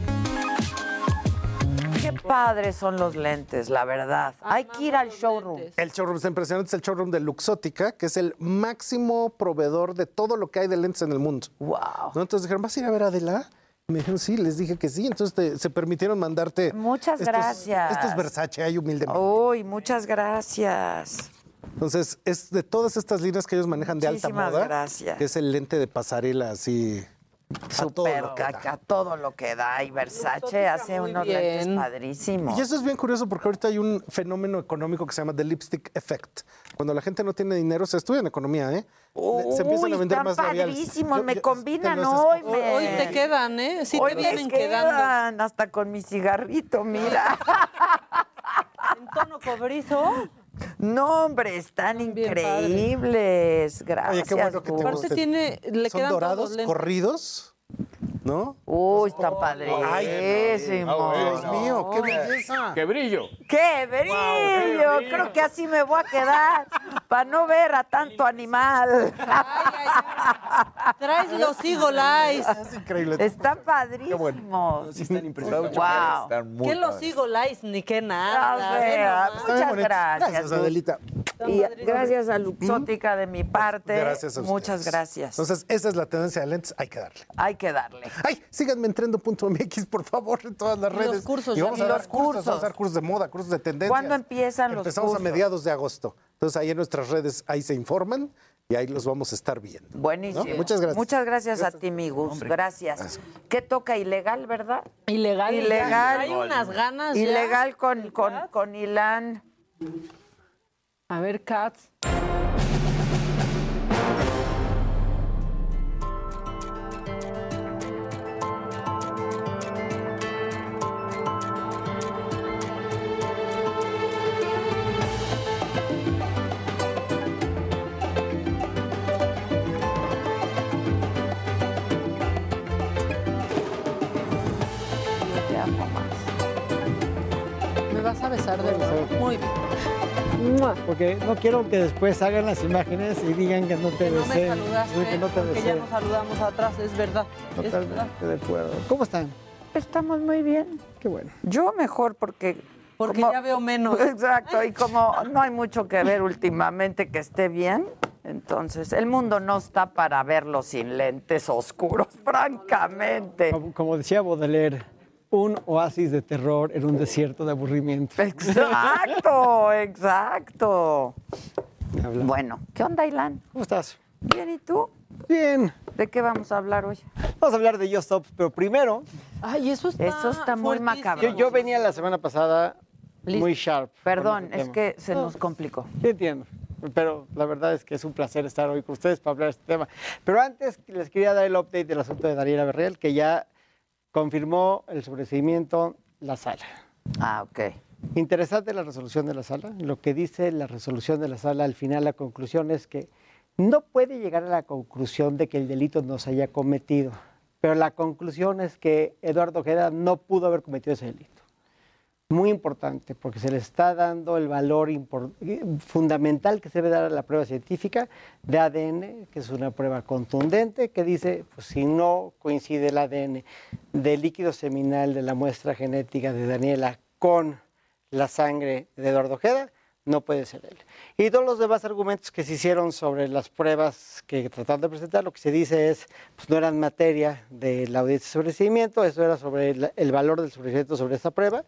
Qué padres son los lentes, la verdad. Hay que ir al showroom. El showroom está impresionante, es el showroom de Luxótica, que es el máximo proveedor de todo lo que hay de lentes en el mundo. ¡Wow! ¿No? Entonces dijeron, ¿vas a ir a ver a Adela? Me dijeron, sí, les dije que sí. Entonces se permitieron mandarte. Muchas gracias. Estos Versace, hay humildemente. Uy, muchas gracias. Entonces, es de todas estas líneas que ellos manejan de alta moda. Gracias. Que es el lente de pasarela así. Súper, a todo lo que da. Y Versace hace unos lentes padrísimos. Y eso es bien curioso porque ahorita hay un fenómeno económico que se llama The Lipstick Effect. Cuando la gente no tiene dinero, se estudia en economía, se empiezan a vender más labiales. Padrísimos, me combinan hoy. Hoy te quedan, ¿eh? Sí, hoy te vienen quedando. Hasta con mi cigarrito, mira. En tono cobrizo. No, hombre, están increíbles. Gracias. Oye, qué bueno que te gusten. Son dorados, corridos, ¿no? Uy, está padrísimo. Dios mío, qué belleza. ¡Qué brillo! ¡Qué brillo! Wow, creo que así me voy a quedar para no ver a tanto animal. Traes los Eagle Eyes. Es increíble. Están padrísimos. Bueno. Sí, están impresionantes. Wow. ¿Qué los Eagle Eyes? Ni qué nada. Muchas gracias. Gracias, Adelita. Y gracias a Luxótica de mi parte. Gracias a ustedes. Muchas gracias. Entonces, esa es la tendencia de lentes. Hay que darle. Hay que darle. Ay, síganme en Trendo.mx, por favor, en todas las redes. Los cursos. Y vamos a dar cursos. Vamos a dar cursos de moda, cursos de tendencia. ¿Cuándo empiezan los cursos? Empezamos a mediados de agosto. Entonces, ahí en nuestras redes, ahí se informan y ahí los vamos a estar viendo. Buenísimo. ¿No? Muchas gracias. Muchas gracias a ti, mi Gus. Gracias. ¿Qué toca? ¿Ilegal, verdad? Ilegal. Ilegal. Hay unas ganas. Ilegal con Ilan. A ver, Katz. pasar de nuevo. Muy bien. Porque no quiero que después hagan las imágenes y digan que no te besé. No me saludaste, que no te porque besé. ya nos saludamos atrás, es verdad. Totalmente de acuerdo. ¿Cómo están? Estamos muy bien. Qué bueno. Yo mejor porque ya veo menos. Exacto, y como no hay mucho que ver últimamente que esté bien, entonces el mundo no está para verlo sin lentes oscuros, francamente. Como decía Baudelaire, un oasis de terror en un desierto de aburrimiento. Exacto, exacto. Bueno, ¿qué onda, Ilan? ¿Cómo estás? Bien, ¿y tú? Bien. ¿De qué vamos a hablar hoy? Vamos a hablar de Just Stop, pero primero... Ay, eso está fuertísimo. muy macabro. Yo venía la semana pasada muy sharp. Perdón, es que se nos complicó. Sí, entiendo. Pero la verdad es que es un placer estar hoy con ustedes para hablar de este tema. Pero antes les quería dar el update del asunto de Daniela Berriel, que ya confirmó el sobreseimiento la sala. Ah, ok. Interesante la resolución de la sala. Lo que dice la resolución de la sala, al final la conclusión es que no puede llegar a la conclusión de que el delito no se haya cometido, pero la conclusión es que Eduardo Ojeda no pudo haber cometido ese delito. Muy importante, porque se le está dando el valor fundamental que se debe dar a la prueba científica de ADN, que es una prueba contundente, que dice, pues si no coincide el ADN del líquido seminal de la muestra genética de Daniela con la sangre de Eduardo Ojeda, no puede ser él. Y todos los demás argumentos que se hicieron sobre las pruebas que trataron de presentar, lo que se dice es, pues no eran materia de la audiencia de sobreseimiento, eso era sobre el valor del sobreseimiento sobre esta prueba,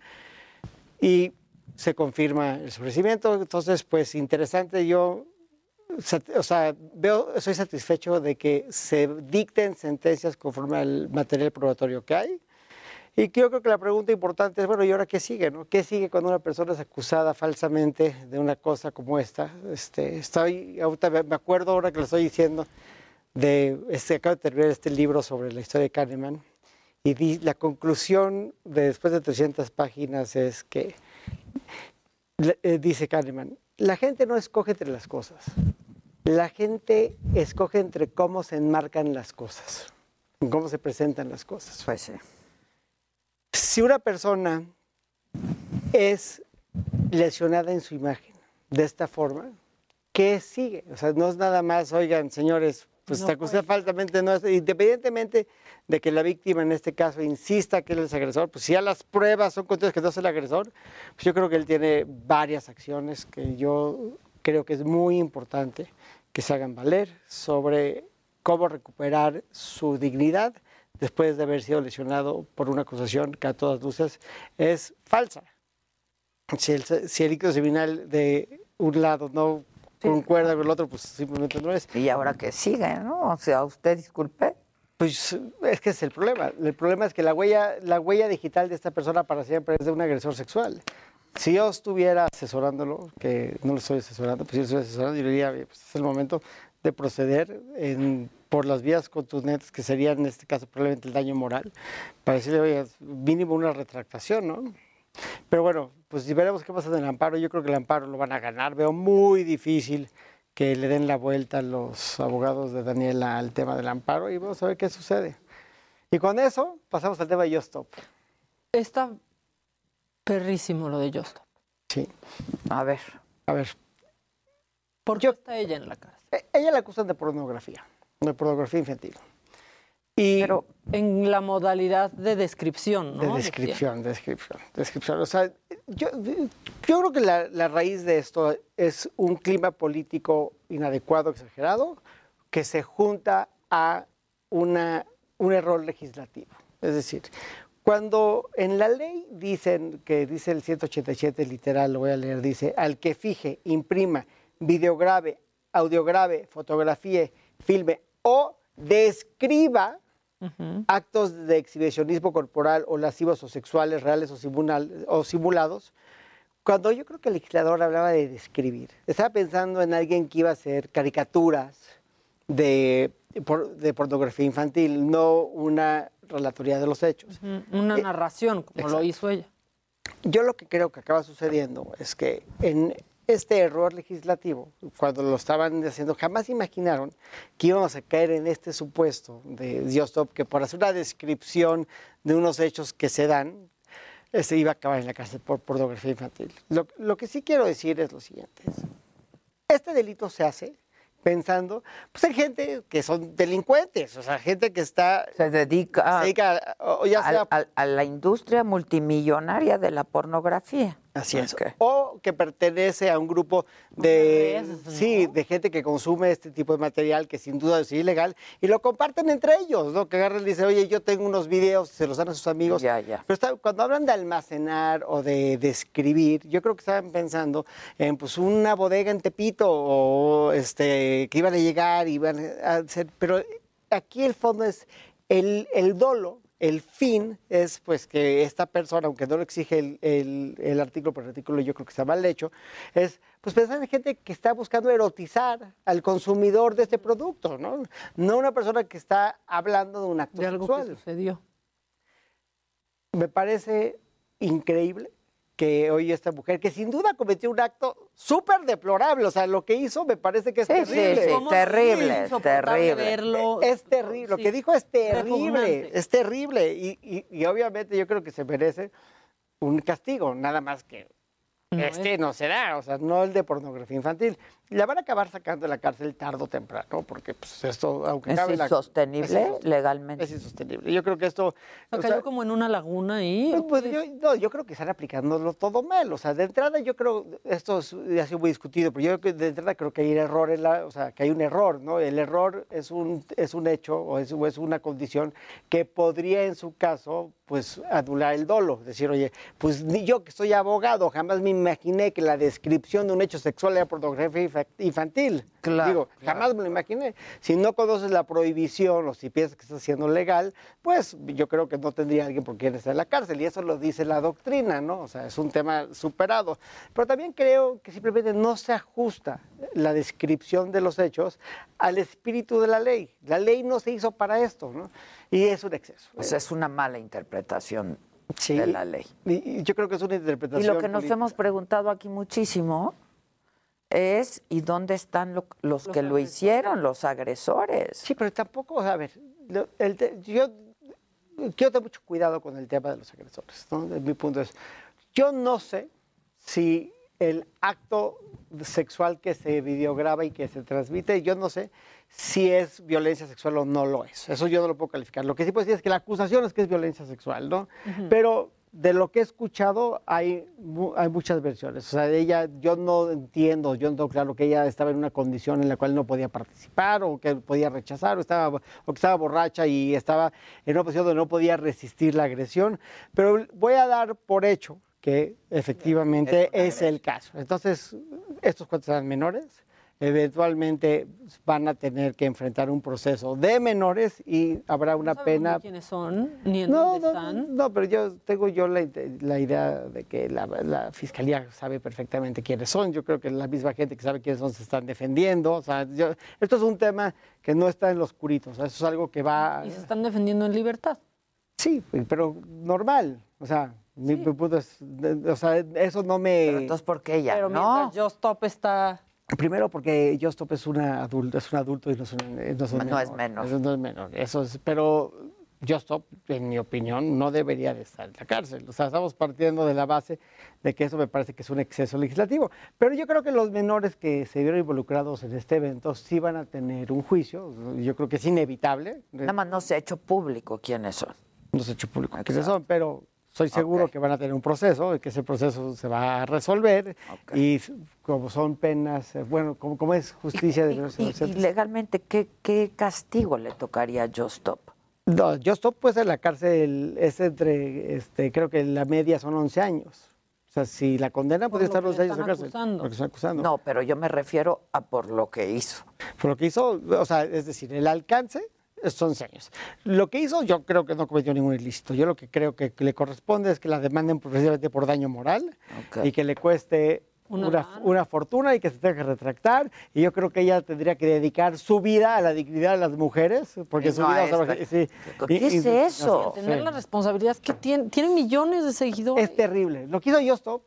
y se confirma el sobreseimiento. Entonces, pues interesante, yo, o sea, soy satisfecho de que se dicten sentencias conforme al material probatorio que hay. Y yo creo que la pregunta importante es, bueno, ¿y ahora qué sigue, no? ¿Qué sigue cuando una persona es acusada falsamente de una cosa como esta? Ahorita me acuerdo ahora que lo estoy diciendo, acabo de terminar este libro sobre la historia de Kahneman, y la conclusión después de 300 páginas es que, dice Kahneman, la gente no escoge entre las cosas, la gente escoge entre cómo se enmarcan las cosas, cómo se presentan las cosas. Pues sí. Si una persona es lesionada en su imagen de esta forma, ¿qué sigue? O sea, no es nada más, oigan, señores, pues está acusada falsamente, no es, independientemente de que la víctima en este caso insista que él es agresor, pues si ya las pruebas son contundentes que no es el agresor, pues yo creo que él tiene varias acciones que yo creo que es muy importante que se hagan valer sobre cómo recuperar su dignidad después de haber sido lesionado por una acusación que a todas luces es falsa. Si el líquido seminal de un lado no concuerda con el otro, pues simplemente no es. Y ahora que sigue, ¿no? O sea, usted disculpe. Pues es que es el problema. El problema es que la huella digital de esta persona para siempre es de un agresor sexual. Si yo estuviera asesorándolo, que no lo estoy asesorando, pues si lo estoy asesorando, yo diría, pues es el momento de proceder por las vías contundentes, que serían en este caso probablemente el daño moral, para decirle, oye, mínimo una retractación, ¿no? Pero bueno, pues si veremos qué pasa en el amparo. Yo creo que el amparo lo van a ganar. Veo muy difícil que le den la vuelta a los abogados de Daniela al tema del amparo y vamos a ver qué sucede. Y con eso pasamos al tema de Just Stop. Está perrísimo lo de Just Stop. Sí. A ver. ¿Por qué está ella en la cárcel? Ella la acusan de pornografía infantil. Pero en la modalidad de descripción, ¿no? De descripción. O sea, yo creo que la raíz de esto es un clima político inadecuado, exagerado, que se junta a un error legislativo. Es decir, cuando en la ley dicen, que dice el 187 literal, lo voy a leer, dice, al que fije, imprima, videograve, audiograve, fotografíe, filme o describa actos de exhibicionismo corporal o lascivos o sexuales reales o simulados, cuando yo creo que el legislador hablaba de describir, estaba pensando en alguien que iba a hacer caricaturas de pornografía infantil, no una relatoría de los hechos. Una narración, como lo hizo ella. Yo lo que creo que acaba sucediendo es que en este error legislativo, cuando lo estaban haciendo, jamás imaginaron que íbamos a caer en este supuesto de Just Stop, que por hacer una descripción de unos hechos que se dan, iba a acabar en la cárcel por pornografía infantil. Lo que sí quiero decir es lo siguiente. Este delito se hace pensando pues en gente que son delincuentes, o sea, gente que se dedica ya sea, a la industria multimillonaria de la pornografía. Así es. O que pertenece a un grupo de, de gente que consume este tipo de material que sin duda es ilegal y lo comparten entre ellos, ¿no? Que agarran y dicen, oye, yo tengo unos videos, se los dan a sus amigos. Pero cuando hablan de almacenar o de escribir, yo creo que estaban pensando en pues una bodega en Tepito o que iban a llegar, iban a hacer, pero aquí el fondo es el dolo. El fin es pues que esta persona, aunque no lo exige el artículo, pero el artículo yo creo que está mal hecho, es pues pensar en gente que está buscando erotizar al consumidor de este producto, ¿no? No una persona que está hablando de un acto sexual. Algo que sucedió. Me parece increíble que hoy esta mujer, que sin duda cometió un acto súper deplorable, o sea, lo que hizo me parece que es terrible. Sí, terrible. Es terrible, lo que dijo es terrible, y obviamente yo creo que se merece un castigo, nada más que no será, o sea, no el de pornografía infantil. La van a acabar sacando de la cárcel tarde o temprano, porque pues esto, aunque ¿Es insostenible legalmente? Es insostenible. Yo creo que esto... Cayó como en una laguna ahí. Pues yo creo que están aplicándolo todo mal. O sea, de entrada yo creo, esto ha sido muy discutido, pero yo creo que de entrada creo que hay un error que hay un error, ¿no? El error es un hecho o es una condición que podría en su caso pues anular el dolo. Decir, oye, pues ni yo que soy abogado jamás me imaginé que la descripción de un hecho sexual era pornografía infantil. Digo, jamás me lo imaginé. Si no conoces la prohibición o si piensas que estás haciendo legal, pues yo creo que no tendría alguien por quien estar en la cárcel. Y eso lo dice la doctrina, ¿no? O sea, es un tema superado. Pero también creo que simplemente no se ajusta la descripción de los hechos al espíritu de la ley. La ley no se hizo para esto, ¿no? Y es un exceso. O sea, es una mala interpretación de la ley. Y yo creo que es una interpretación Y lo que nos política. hemos preguntado aquí muchísimo es, ¿y dónde están los que lo hicieron, los agresores? Sí, pero tampoco, a ver, yo quiero tener mucho cuidado con el tema de los agresores, ¿no? Mi punto es, yo no sé si el acto sexual que se videograba y que se transmite, yo no sé si es violencia sexual o no lo es. Eso yo no lo puedo calificar. Lo que sí puedo decir es que la acusación es que es violencia sexual, ¿no? Pero de lo que he escuchado hay muchas versiones. O sea, yo no entiendo claro que ella estaba en una condición en la cual no podía participar o que podía rechazar o que estaba borracha y estaba en una posición donde no podía resistir la agresión. Pero voy a dar por hecho que efectivamente es el caso. Entonces, estos cuatro serán menores, eventualmente van a tener que enfrentar un proceso de menores y habrá una pena. ¿Quiénes son? ¿Ni en dónde están? No, pero yo tengo la idea de que la fiscalía sabe perfectamente quiénes son. Yo creo que la misma gente que sabe quiénes son se están defendiendo. O sea, esto es un tema que no está en lo oscurito. O sea, eso es algo que va. ¿Y se están defendiendo en libertad? Sí, pero normal. O sea, mi punto es, o sea, eso no me. Pero entonces, ¿por qué ella? Pero no. mientras Just Stop está. Primero porque Just Stop es un adulto y no es menor. No es menor. Eso no es menor. Eso es, pero Just Stop, en mi opinión, no debería de estar en la cárcel. O sea, estamos partiendo de la base de que eso me parece que es un exceso legislativo. Pero yo creo que los menores que se vieron involucrados en este evento sí van a tener un juicio. Yo creo que es inevitable. Nada más no se ha hecho público quiénes son. No se ha hecho público quiénes son, pero estoy seguro que van a tener un proceso, que ese proceso se va a resolver y como son penas, bueno, como es justicia de los inocentes. ¿Y legalmente qué castigo le tocaría a Just Stop? No, Just Stop pues en la cárcel es creo que la media son 11 años. O sea, si la condena podría estar 11 años en la cárcel. Porque están acusando. No, pero yo me refiero a por lo que hizo. Por lo que hizo, o sea, es decir, el alcance son 11 años. Lo que hizo, yo creo que no cometió ningún ilícito. Yo lo que creo que le corresponde es que la demanden precisamente por daño moral y que le cueste una fortuna y que se tenga que retractar. Y yo creo que ella tendría que dedicar su vida a la dignidad de las mujeres, porque su vida... ¿Qué es eso? Tener la responsabilidad que tiene millones de seguidores. Es terrible. Lo que hizo Just Stop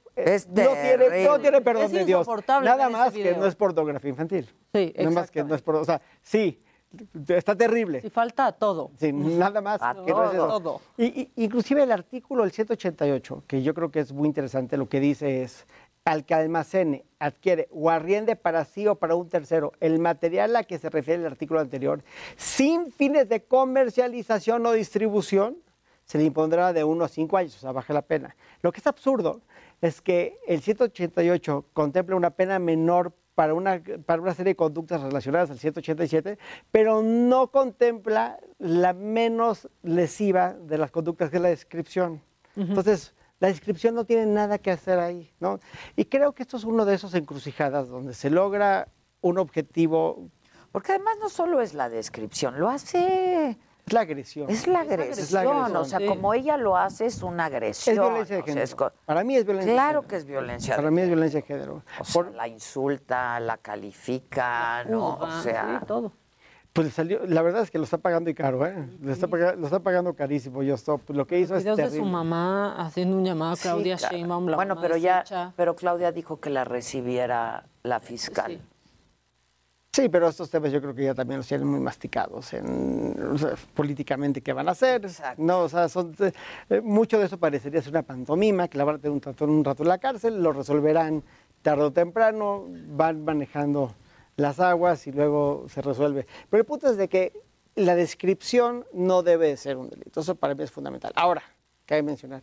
no tiene perdón de Dios. Nada ver más ese que video. no es pornografía infantil. Sí, nada más que no es o sea, sí, Está terrible. Si falta todo. Sí, nada más. Que no es eso. Todo. Inclusive el artículo del 188, que yo creo que es muy interesante, lo que dice es, al que almacene, adquiere o arriende para sí o para un tercero el material a que se refiere el artículo anterior, sin fines de comercialización o distribución, se le impondrá de 1 a 5 años, o sea, baja la pena. Lo que es absurdo es que el 188 contempla una pena menor para una serie de conductas relacionadas al 187, pero no contempla la menos lesiva de las conductas, que es la descripción. Entonces, la descripción no tiene nada que hacer ahí, ¿no? Y creo que esto es uno de esos encrucijadas donde se logra un objetivo. Porque además no solo es la descripción, lo hace... Es la agresión. Es la agresión, o sea, sí. Como ella lo hace, es una agresión. Es violencia de género. Para mí es violencia de género. Claro que es violencia Para mí es violencia de género. O sea, la insulta, la califica, ¿no? O sea... Sí, todo. Pues salió, la verdad es que lo está pagando y caro, ¿eh? Lo está pagando carísimo, Yostop. Lo que hizo es Videos terrible. de su mamá haciendo un llamado a Claudia Sí, Sheinbaum. La bueno, mamá pero deshecha. pero Claudia dijo que la recibiera la fiscal. Sí, pero estos temas yo creo que ya también los tienen muy masticados o sea, políticamente qué van a hacer. Exacto. No, o sea, mucho de eso parecería ser una pantomima, que la van a tener un rato en la cárcel, lo resolverán tarde o temprano, van manejando las aguas y luego se resuelve. Pero el punto es de que la descripción no debe ser un delito. Eso para mí es fundamental. Ahora, cabe mencionar,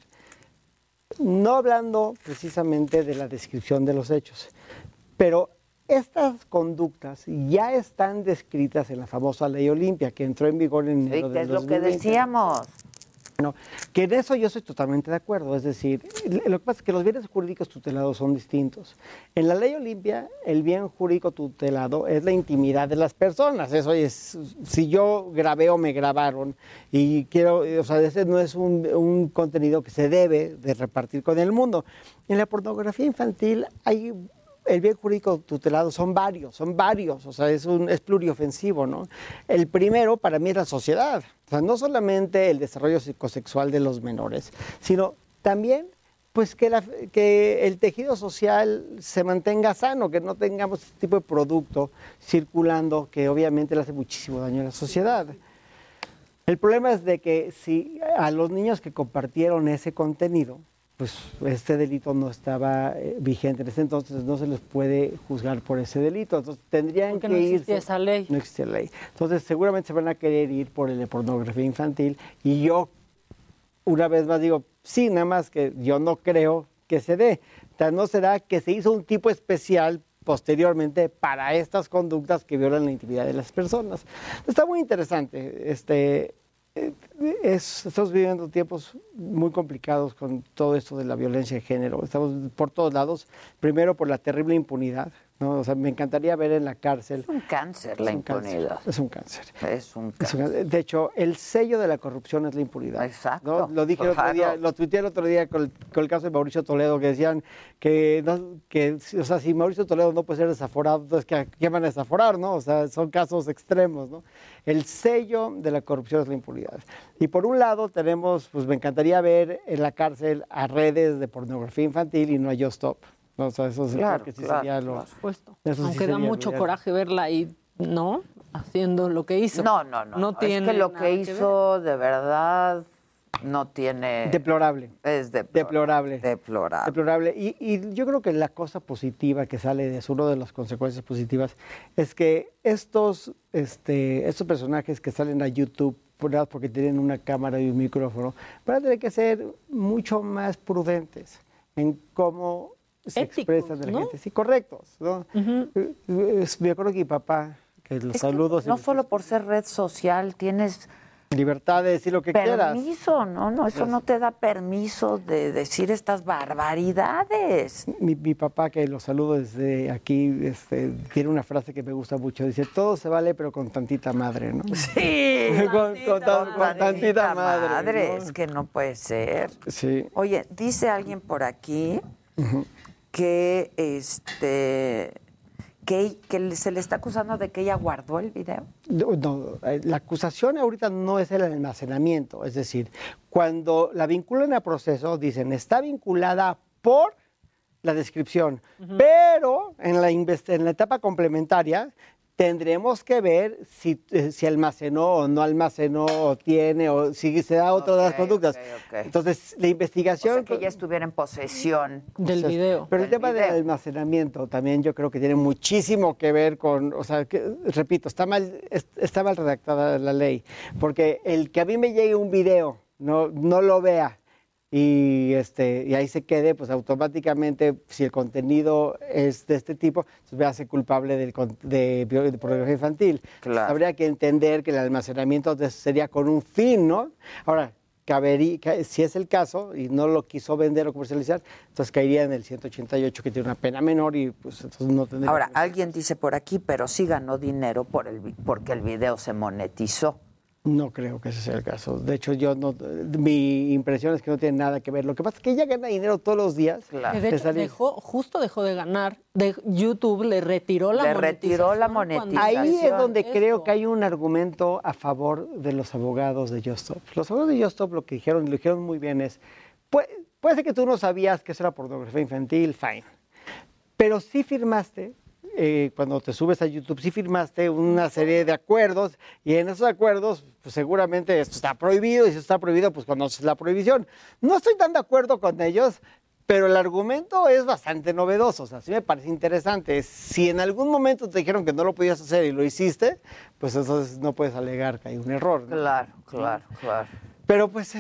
no hablando precisamente de la descripción de los hechos, pero estas conductas ya están descritas en la famosa Ley Olimpia, que entró en vigor en enero Sí, del es lo que 2020. decíamos. No, que en eso yo estoy totalmente de acuerdo. Es decir, lo que pasa es que los bienes jurídicos tutelados son distintos. En la Ley Olimpia, el bien jurídico tutelado es la intimidad de las personas. Eso es, si yo grabé o me grabaron y quiero, o sea, ese no es un contenido que se debe de repartir con el mundo. En la pornografía infantil hay... El bien jurídico tutelado son varios, o sea, es pluriofensivo, ¿no? El primero para mí es la sociedad, o sea, no solamente el desarrollo psicosexual de los menores, sino también pues que el tejido social se mantenga sano, que no tengamos este tipo de producto circulando que obviamente le hace muchísimo daño a la sociedad. El problema es de que si a los niños que compartieron ese contenido, pues este delito no estaba vigente en ese entonces, no se les puede juzgar por ese delito. Entonces tendrían Porque que no irse. existía esa ley. No existía ley. Entonces seguramente se van a querer ir por el de pornografía infantil y yo una vez más digo, sí, nada más que yo no creo que se dé. O sea, no será que se hizo un tipo especial posteriormente para estas conductas que violan la intimidad de las personas. Está muy interesante. Estamos viviendo tiempos muy complicados con todo esto de la violencia de género. Estamos por todos lados. Primero por la terrible impunidad, ¿no? O sea, me encantaría ver en la cárcel. Es un cáncer la impunidad. Es un cáncer. Es un cáncer. De hecho, el sello de la corrupción es la impunidad. Exacto. ¿No? Lo dije el otro día, lo tuiteé el otro día con el caso de Mauricio Toledo, que decían que o sea, si Mauricio Toledo no puede ser desaforado, entonces ¿qué van a desaforar, no? O sea, son casos extremos, ¿no? El sello de la corrupción es la impunidad. Y por un lado tenemos, pues me encantaría ver en la cárcel a redes de pornografía infantil y no a Just Stop. No, o sea, eso Claro, creo que sí claro, sería por supuesto. eso Aunque sí da sería mucho real. coraje verla ahí, ¿no? Haciendo lo que hizo. No tiene es que lo nada que hizo de verdad no tiene... Deplorable. Es deplorable. Deplorable. Y yo creo que la cosa positiva que sale de eso, una de las consecuencias positivas, es que estos personajes que salen a YouTube, porque tienen una cámara y un micrófono, van a tener que ser mucho más prudentes en cómo se expresan de la gente. Sí, correctos, ¿no? Me acuerdo que mi papá, que los saludos... No solo por ser red social, tienes... libertad de decir lo que quieras. Permiso, no, eso no te da permiso de decir estas barbaridades. Mi papá, que lo saludo desde aquí, tiene una frase que me gusta mucho. Dice, todo se vale, pero con tantita madre, ¿no? Sí, con tantita madre. ¿no? Es que no puede ser. Sí. Oye, dice alguien por aquí que que se le está acusando de que ella guardó el video. No, la acusación ahorita no es el almacenamiento, es decir, cuando la vinculan a proceso, dicen, está vinculada por la descripción, pero en la etapa complementaria tendremos que ver si almacenó o no almacenó o tiene o si se da otra de las conductas. Entonces, la investigación... O sea, que ella estuviera en posesión del video. Pero el tema del almacenamiento también yo creo que tiene muchísimo que ver con... O sea, repito, está mal redactada la ley. Porque el que a mí me llegue un video, no lo vea, y ahí se quede, pues automáticamente, si el contenido es de este tipo, se me hace culpable de pornografía infantil. Claro. Habría que entender que el almacenamiento sería con un fin, ¿no? Ahora, si es el caso y no lo quiso vender o comercializar, entonces caería en el 188, que tiene una pena menor y pues entonces no tendría... Ahora, alguien dice por aquí, pero sí ganó dinero porque el video se monetizó. No creo que ese sea el caso. De hecho, mi impresión es que no tiene nada que ver. Lo que pasa es que ella gana dinero todos los días. Claro. De hecho, dejó de ganar. YouTube le retiró la monetización. Ahí es donde creo que hay un argumento a favor de los abogados de Just Stop. Los abogados de Just Stop lo dijeron muy bien es, puede ser que tú no sabías que eso era pornografía infantil, fine. Pero sí firmaste... cuando te subes a YouTube, sí firmaste una serie de acuerdos y en esos acuerdos, pues seguramente esto está prohibido y si está prohibido, pues conoces la prohibición. No estoy tan de acuerdo con ellos, pero el argumento es bastante novedoso, o sea, sí me parece interesante. Si en algún momento te dijeron que no lo podías hacer y lo hiciste, pues entonces no puedes alegar que hay un error, ¿no? Claro. Pero pues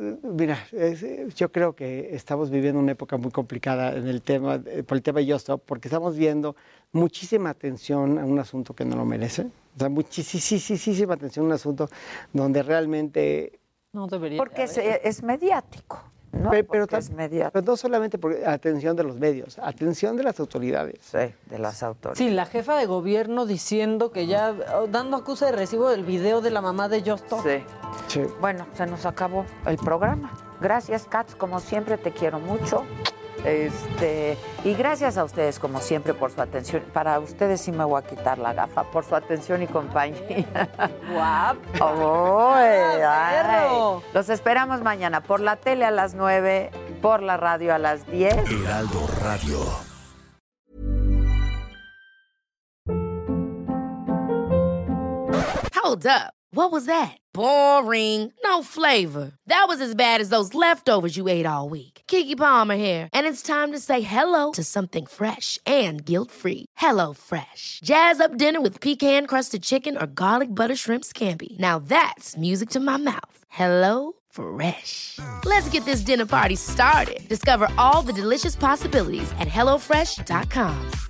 yo creo que estamos viviendo una época muy complicada por el tema de Just Stop, porque estamos viendo muchísima atención a un asunto que no lo merece. O sea, muchísima atención a un asunto donde realmente... No debería. Porque es mediático. ¿No? Pero no solamente por atención de los medios, atención de las autoridades. Sí, de las autoridades. Sí, la jefa de gobierno diciendo que ya, dando acuse de recibo del video de la mamá de Just Stop. Sí. Bueno, se nos acabó el programa. Gracias, Katz, como siempre te quiero mucho. Y gracias a ustedes, como siempre, por su atención. Para ustedes sí me voy a quitar la gafa, por su atención y compañía. ¡Guapo! Los esperamos mañana por la tele a las 9, por la radio a las 10. Heraldo Radio. Hold up. What was that? Boring. No flavor. That was as bad as those leftovers you ate all week. Keke Palmer here, and it's time to say hello to something fresh and guilt-free. HelloFresh. Jazz up dinner with pecan-crusted chicken or garlic butter shrimp scampi. Now that's music to my mouth. HelloFresh. Let's get this dinner party started. Discover all the delicious possibilities at HelloFresh.com.